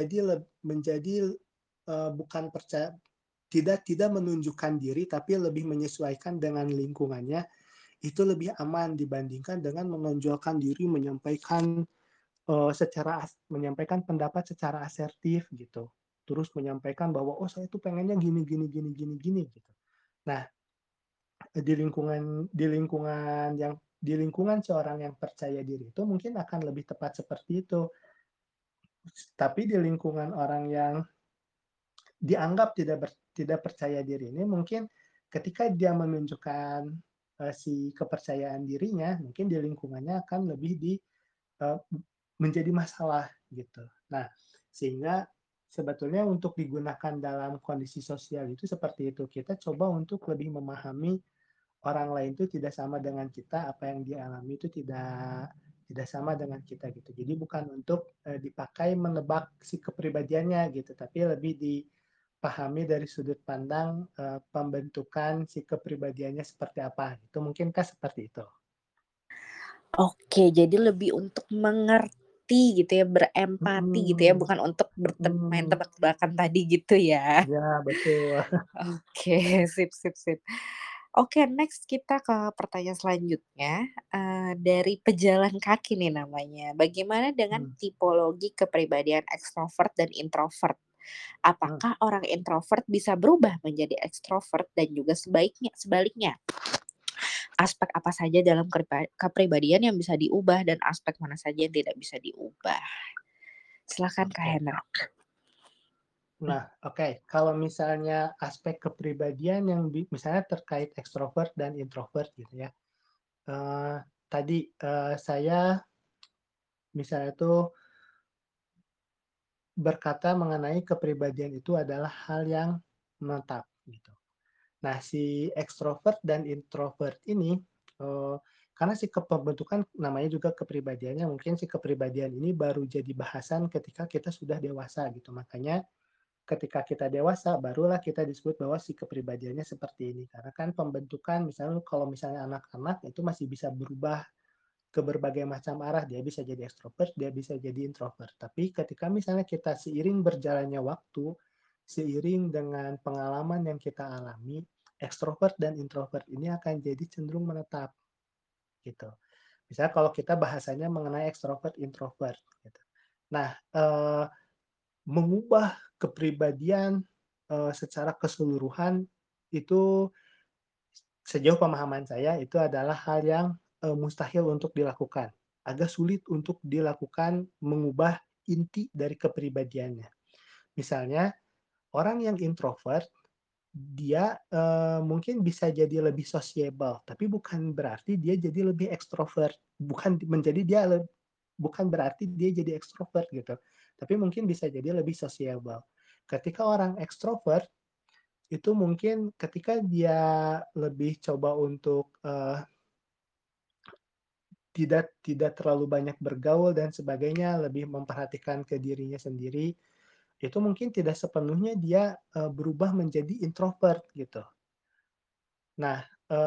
bukan percaya, tidak menunjukkan diri, tapi lebih menyesuaikan dengan lingkungannya, itu lebih aman dibandingkan dengan menonjolkan diri, menyampaikan pendapat secara asertif gitu. Terus menyampaikan bahwa, "Oh saya tuh pengennya gini gini gini gini gini," gitu. Nah, di lingkungan seorang yang percaya diri itu mungkin akan lebih tepat seperti itu. Tapi di lingkungan orang yang dianggap tidak percaya diri ini mungkin ketika dia menunjukkan, si kepercayaan dirinya, mungkin di lingkungannya akan lebih eee, menjadi masalah gitu. Nah, sehingga sebetulnya untuk digunakan dalam kondisi sosial itu seperti itu, kita coba untuk lebih memahami orang lain itu tidak sama dengan kita, apa yang dia alami itu tidak sama dengan kita gitu. Jadi bukan untuk, dipakai menebak si kepribadiannya gitu, tapi lebih dipahami dari sudut pandang, pembentukan si kepribadiannya seperti apa gitu, mungkinkah seperti itu? Oke, jadi lebih untuk mengerti gitu ya, berempati gitu ya, Mhm, bukan untuk main mhm, tebak-tebakan tadi gitu ya. iya betul. Oke, sip sip sip. Oke, next kita ke pertanyaan selanjutnya, dari pejalan kaki nih namanya. Bagaimana dengan Mmm, tipologi kepribadian ekstrovert dan introvert? mhm, Apakah orang introvert bisa berubah menjadi ekstrovert dan juga sebaliknya? Aspek apa saja dalam kepribadian yang bisa diubah dan aspek mana saja yang tidak bisa diubah? Silakan Kak oke. Hendra. Nah, oke, kalau misalnya aspek kepribadian yang misalnya terkait ekstrovert dan introvert gitu ya, tadi, saya misalnya tuh berkata mengenai kepribadian itu adalah hal yang menetap gitu. Nah, si ekstrovert dan introvert ini, eee, karena si pembentukan namanya juga kepribadiannya, mungkin si kepribadian ini baru jadi bahasan ketika kita sudah dewasa gitu. Makanya ketika kita dewasa, barulah kita disebut bahwa si kepribadiannya seperti ini. Karena kan pembentukan misalnya kalau misalnya anak-anak itu masih bisa berubah ke berbagai macam arah, dia bisa jadi ekstrovert, dia bisa jadi introvert. Tapi ketika misalnya kita seiring berjalannya waktu, seiring dengan pengalaman yang kita alami, ekstrovert dan introvert ini akan jadi cenderung menetap gitu. Misalnya kalau kita bahasanya mengenai ekstrovert introvert gitu. Nah, mengubah kepribadian, secara keseluruhan itu sejauh pemahaman saya itu adalah hal yang, mustahil untuk dilakukan. Agak sulit untuk dilakukan mengubah inti dari kepribadiannya. Misalnya orang yang introvert, dia, mungkin bisa jadi lebih sociable, tapi bukan berarti dia jadi lebih ekstrovert. Bukan berarti dia jadi ekstrovert gitu, tapi mungkin bisa jadi lebih sociable. Ketika orang ekstrovert, itu mungkin ketika dia lebih coba untuk, tidak tidak terlalu banyak bergaul dan sebagainya, lebih memperhatikan ke dirinya sendiri, itu mungkin tidak sepenuhnya dia, berubah menjadi introvert gitu. Nah,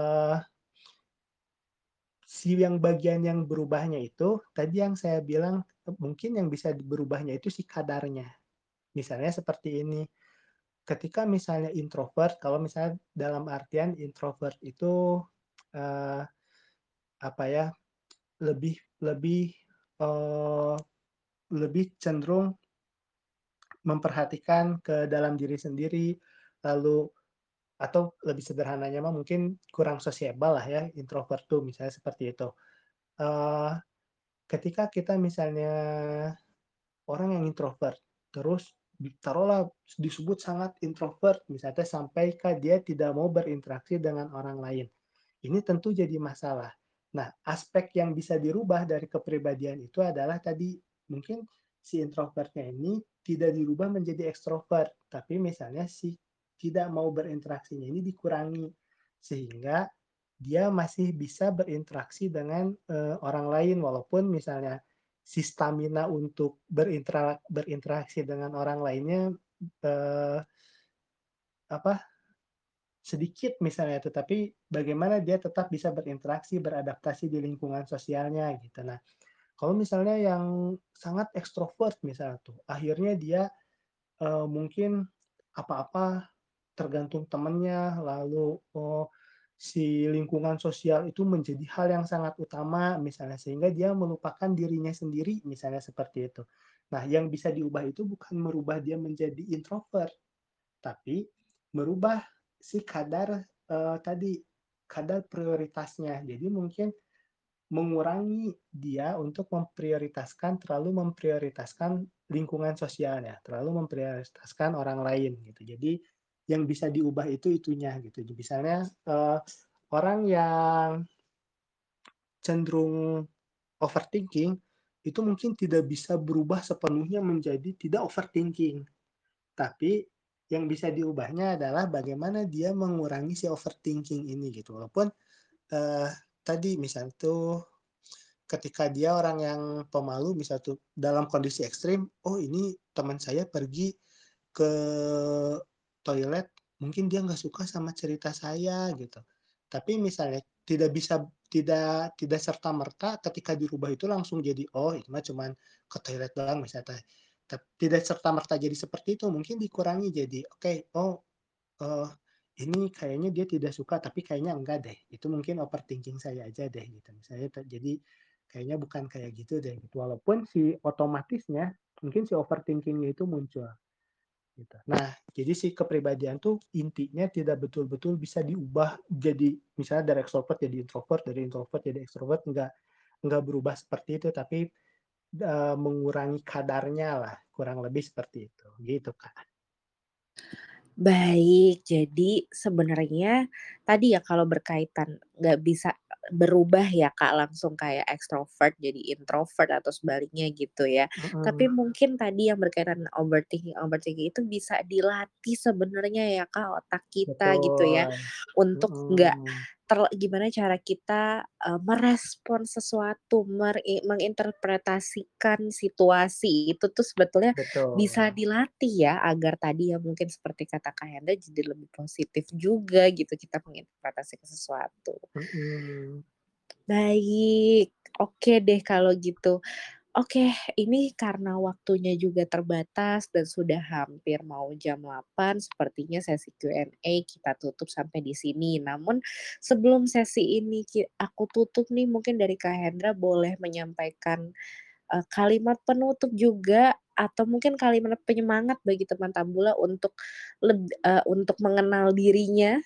si yang bagian yang berubahnya itu, tadi yang saya bilang, mungkin yang bisa berubahnya itu si kadarnya. Misalnya seperti ini, ketika misalnya introvert, kalau misalnya dalam artian introvert itu, eee, apa ya, lebih lebih, eee, lebih cenderung memperhatikan ke dalam diri sendiri, lalu atau lebih sederhananya mah mungkin kurang sociable lah ya, introvert tuh misalnya seperti itu. Eee, ketika kita misalnya orang yang introvert, terus taruhlah disebut sangat introvert, misalnya sampai dia tidak mau berinteraksi dengan orang lain. Ini tentu jadi masalah. Nah, aspek yang bisa dirubah dari kepribadian itu adalah tadi, mungkin si introvertnya ini tidak dirubah menjadi ekstrovert, tapi misalnya si tidak mau berinteraksinya ini dikurangi, sehingga dia masih bisa berinteraksi dengan, orang lain walaupun misalnya si stamina untuk berinteraksi dengan orang lainnya, eee, apa, sedikit misalnya itu, tapi bagaimana dia tetap bisa berinteraksi, beradaptasi di lingkungan sosialnya gitu. Nah, kalau misalnya yang sangat ekstrovert misalnya tuh, akhirnya dia, mungkin apa-apa tergantung temennya, lalu, si lingkungan sosial itu menjadi hal yang sangat utama misalnya, sehingga dia melupakan dirinya sendiri misalnya seperti itu. Nah, yang bisa diubah itu bukan merubah dia menjadi introvert, tapi merubah si kadar, tadi. kadar prioritasnya. Jadi mungkin mengurangi dia untuk terlalu memprioritaskan lingkungan sosialnya, terlalu memprioritaskan orang lain gitu. Jadi yang bisa diubah itu itunya gitu. Misalnya, orang yang cenderung overthinking, itu mungkin tidak bisa berubah sepenuhnya menjadi tidak overthinking. Tapi yang bisa diubahnya adalah bagaimana dia mengurangi si overthinking ini gitu. Walaupun, eee, tadi misal tuh ketika dia orang yang pemalu misal tuh dalam kondisi ekstrim, "Oh ini teman saya pergi ke toilet, mungkin dia nggak suka sama cerita saya," gitu. Tapi misalnya tidak serta-merta ketika dirubah itu langsung jadi, "Oh itu mah cuman ke toilet doang," misalnya tidak serta-merta jadi seperti itu, mungkin dikurangi jadi, "Oke, oh, eee, ini kayaknya dia tidak suka, tapi kayaknya enggak deh, itu mungkin overthinking saya aja deh," gitu. Misalnya jadi kayaknya bukan kayak gitu deh gitu, walaupun si otomatisnya mungkin si overthinking-nya itu muncul, gitu. Nah, jadi si kepribadian tuh intinya tidak betul-betul bisa diubah jadi misalnya dari introvert jadi ekstrovert, enggak berubah seperti itu, tapi, mengurangi kadarnya lah, kurang lebih seperti itu, gitu, Kak. Baik, jadi sebenarnya tadi ya kalau berkaitan nggak bisa berubah ya Kak, langsung kayak ekstrovert jadi introvert atau sebaliknya gitu ya. Mhm, Tapi mungkin tadi yang berkaitan overthinking itu bisa dilatih sebenarnya ya Kak, otak kita gitu ya, betul, untuk nggak mhm, gimana cara kita, merespon sesuatu, menginterpretasikan situasi itu tuh sebetulnya bisa betul, dilatih ya agar tadi ya mungkin seperti kata Kak Henda jadi lebih positif juga gitu kita menginterpretasikan sesuatu. mhm. Baik, oke deh kalau gitu. Oke, ini karena waktunya juga terbatas dan sudah hampir mau jam 8, sepertinya sesi Q&A kita tutup sampai di sini. Namun sebelum sesi ini aku tutup nih mungkin dari Kak Hendra boleh menyampaikan, kalimat penutup juga atau mungkin kalimat penyemangat bagi teman Tabula untuk untuk mengenal dirinya?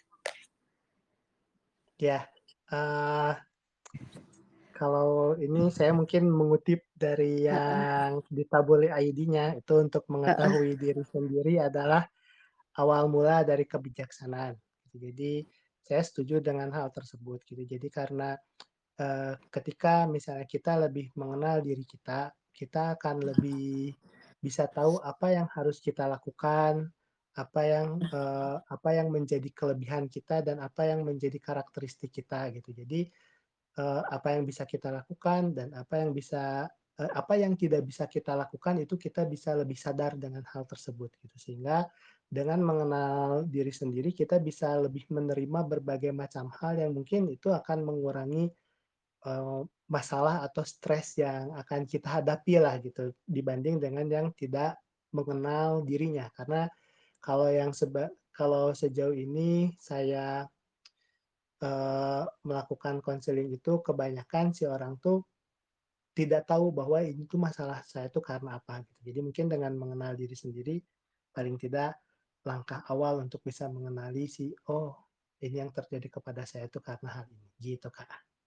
Ya, eee, kalau ini saya mungkin mengutip dari Heeh yang di Tabule ID-nya, itu untuk heeh. mengetahui diri sendiri adalah awal mula dari kebijaksanaan. Jadi, saya setuju dengan hal tersebut gitu. Jadi karena, ketika misalnya kita lebih mengenal diri kita, kita akan lebih bisa tahu apa yang harus kita lakukan, apa yang menjadi kelebihan kita dan apa yang menjadi karakteristik kita gitu. Jadi, apa yang bisa kita lakukan dan apa yang tidak bisa kita lakukan itu kita bisa lebih sadar dengan hal tersebut gitu. Sehingga dengan mengenal diri sendiri kita bisa lebih menerima berbagai macam hal yang mungkin itu akan mengurangi, masalah atau stres yang akan kita hadapi lah gitu, dibanding dengan yang tidak mengenal dirinya. Karena kalau sejauh ini saya melakukan konseling itu kebanyakan si orang tuh tidak tahu bahwa ini tuh masalah saya tuh karena apa gitu. Jadi mungkin dengan mengenal diri sendiri, paling tidak langkah awal untuk bisa mengenali si, "Oh, ini yang terjadi kepada saya tuh karena hal ini." Gitu, Kak.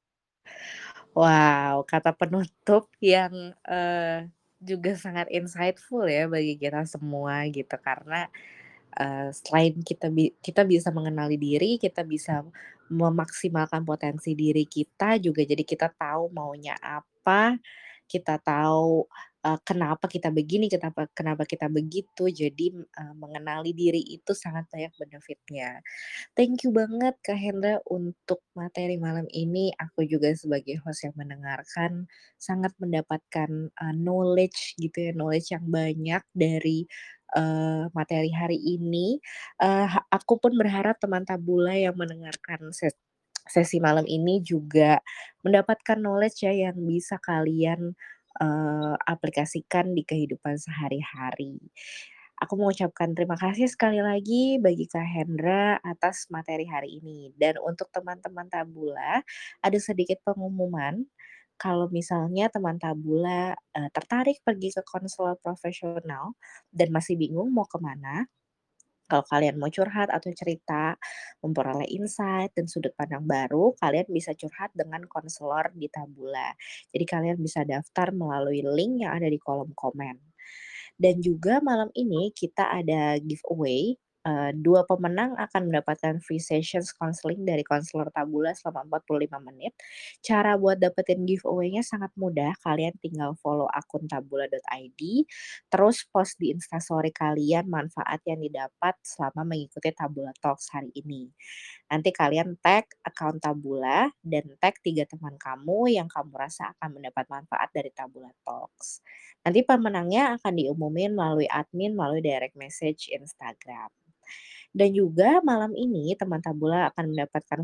Wow, kata penutup yang, juga sangat insightful ya bagi kita semua gitu karena, selain kita bisa mengenali diri, kita bisa memaksimalkan potensi diri kita juga jadi kita tahu maunya apa, kita tahu, kenapa kita begini, kenapa kenapa kita begitu, jadi, mengenali diri itu sangat banyak benefitnya. Thank you banget Kak Hendra untuk materi malam ini. Aku juga sebagai host yang mendengarkan sangat mendapatkan, knowledge gitu ya, knowledge yang banyak dari, materi hari ini. Aku pun berharap teman Tabula yang mendengarkan sesi malam ini juga mendapatkan knowledge ya yang bisa kalian, aplikasikan di kehidupan sehari-hari. Aku mengucapkan terima kasih sekali lagi bagi Kak Hendra atas materi hari ini. Dan untuk teman-teman Tabula, ada sedikit pengumuman, kalau misalnya teman Tabula, tertarik pergi ke konselor profesional dan masih bingung mau kemana, Kalau kalian mau curhat atau cerita, memperoleh insight dan sudut pandang baru, kalian bisa curhat dengan konselor di Tabula. Jadi kalian bisa daftar melalui link yang ada di kolom komen. Dan juga malam ini kita ada giveaway, 2 pemenang akan mendapatkan free sessions counseling dari konselor Tabula selama 45 menit. Cara buat dapetin giveaway-nya sangat mudah, kalian tinggal follow akun tabula.id, terus post di instastory kalian manfaat yang didapat selama mengikuti Tabula Talks hari ini. Nanti kalian tag account Tabula dan tag 3 teman kamu yang kamu rasa akan mendapat manfaat dari Tabula Talks. Nanti pemenangnya akan diumumin melalui admin melalui direct message Instagram. Dan juga malam ini teman Tabula akan mendapatkan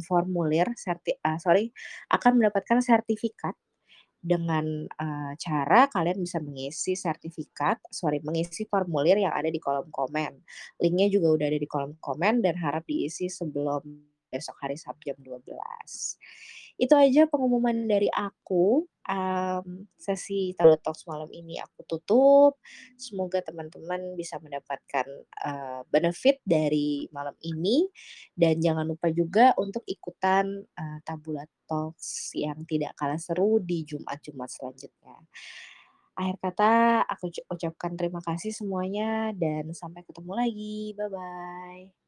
akan mendapatkan sertifikat dengan, cara kalian bisa mengisi formulir yang ada di kolom komen. Linknya juga udah ada di kolom komen dan harap diisi sebelum besok hari Sabtu jam 12. Itu aja pengumuman dari aku, sesi Table Talks malam ini aku tutup. Semoga teman-teman bisa mendapatkan, benefit dari malam ini dan jangan lupa juga untuk ikutan, Tabula Talks yang tidak kalah seru di Jumat-Jumat selanjutnya. Akhir kata aku ucapkan terima kasih semuanya dan sampai ketemu lagi. Bye-bye.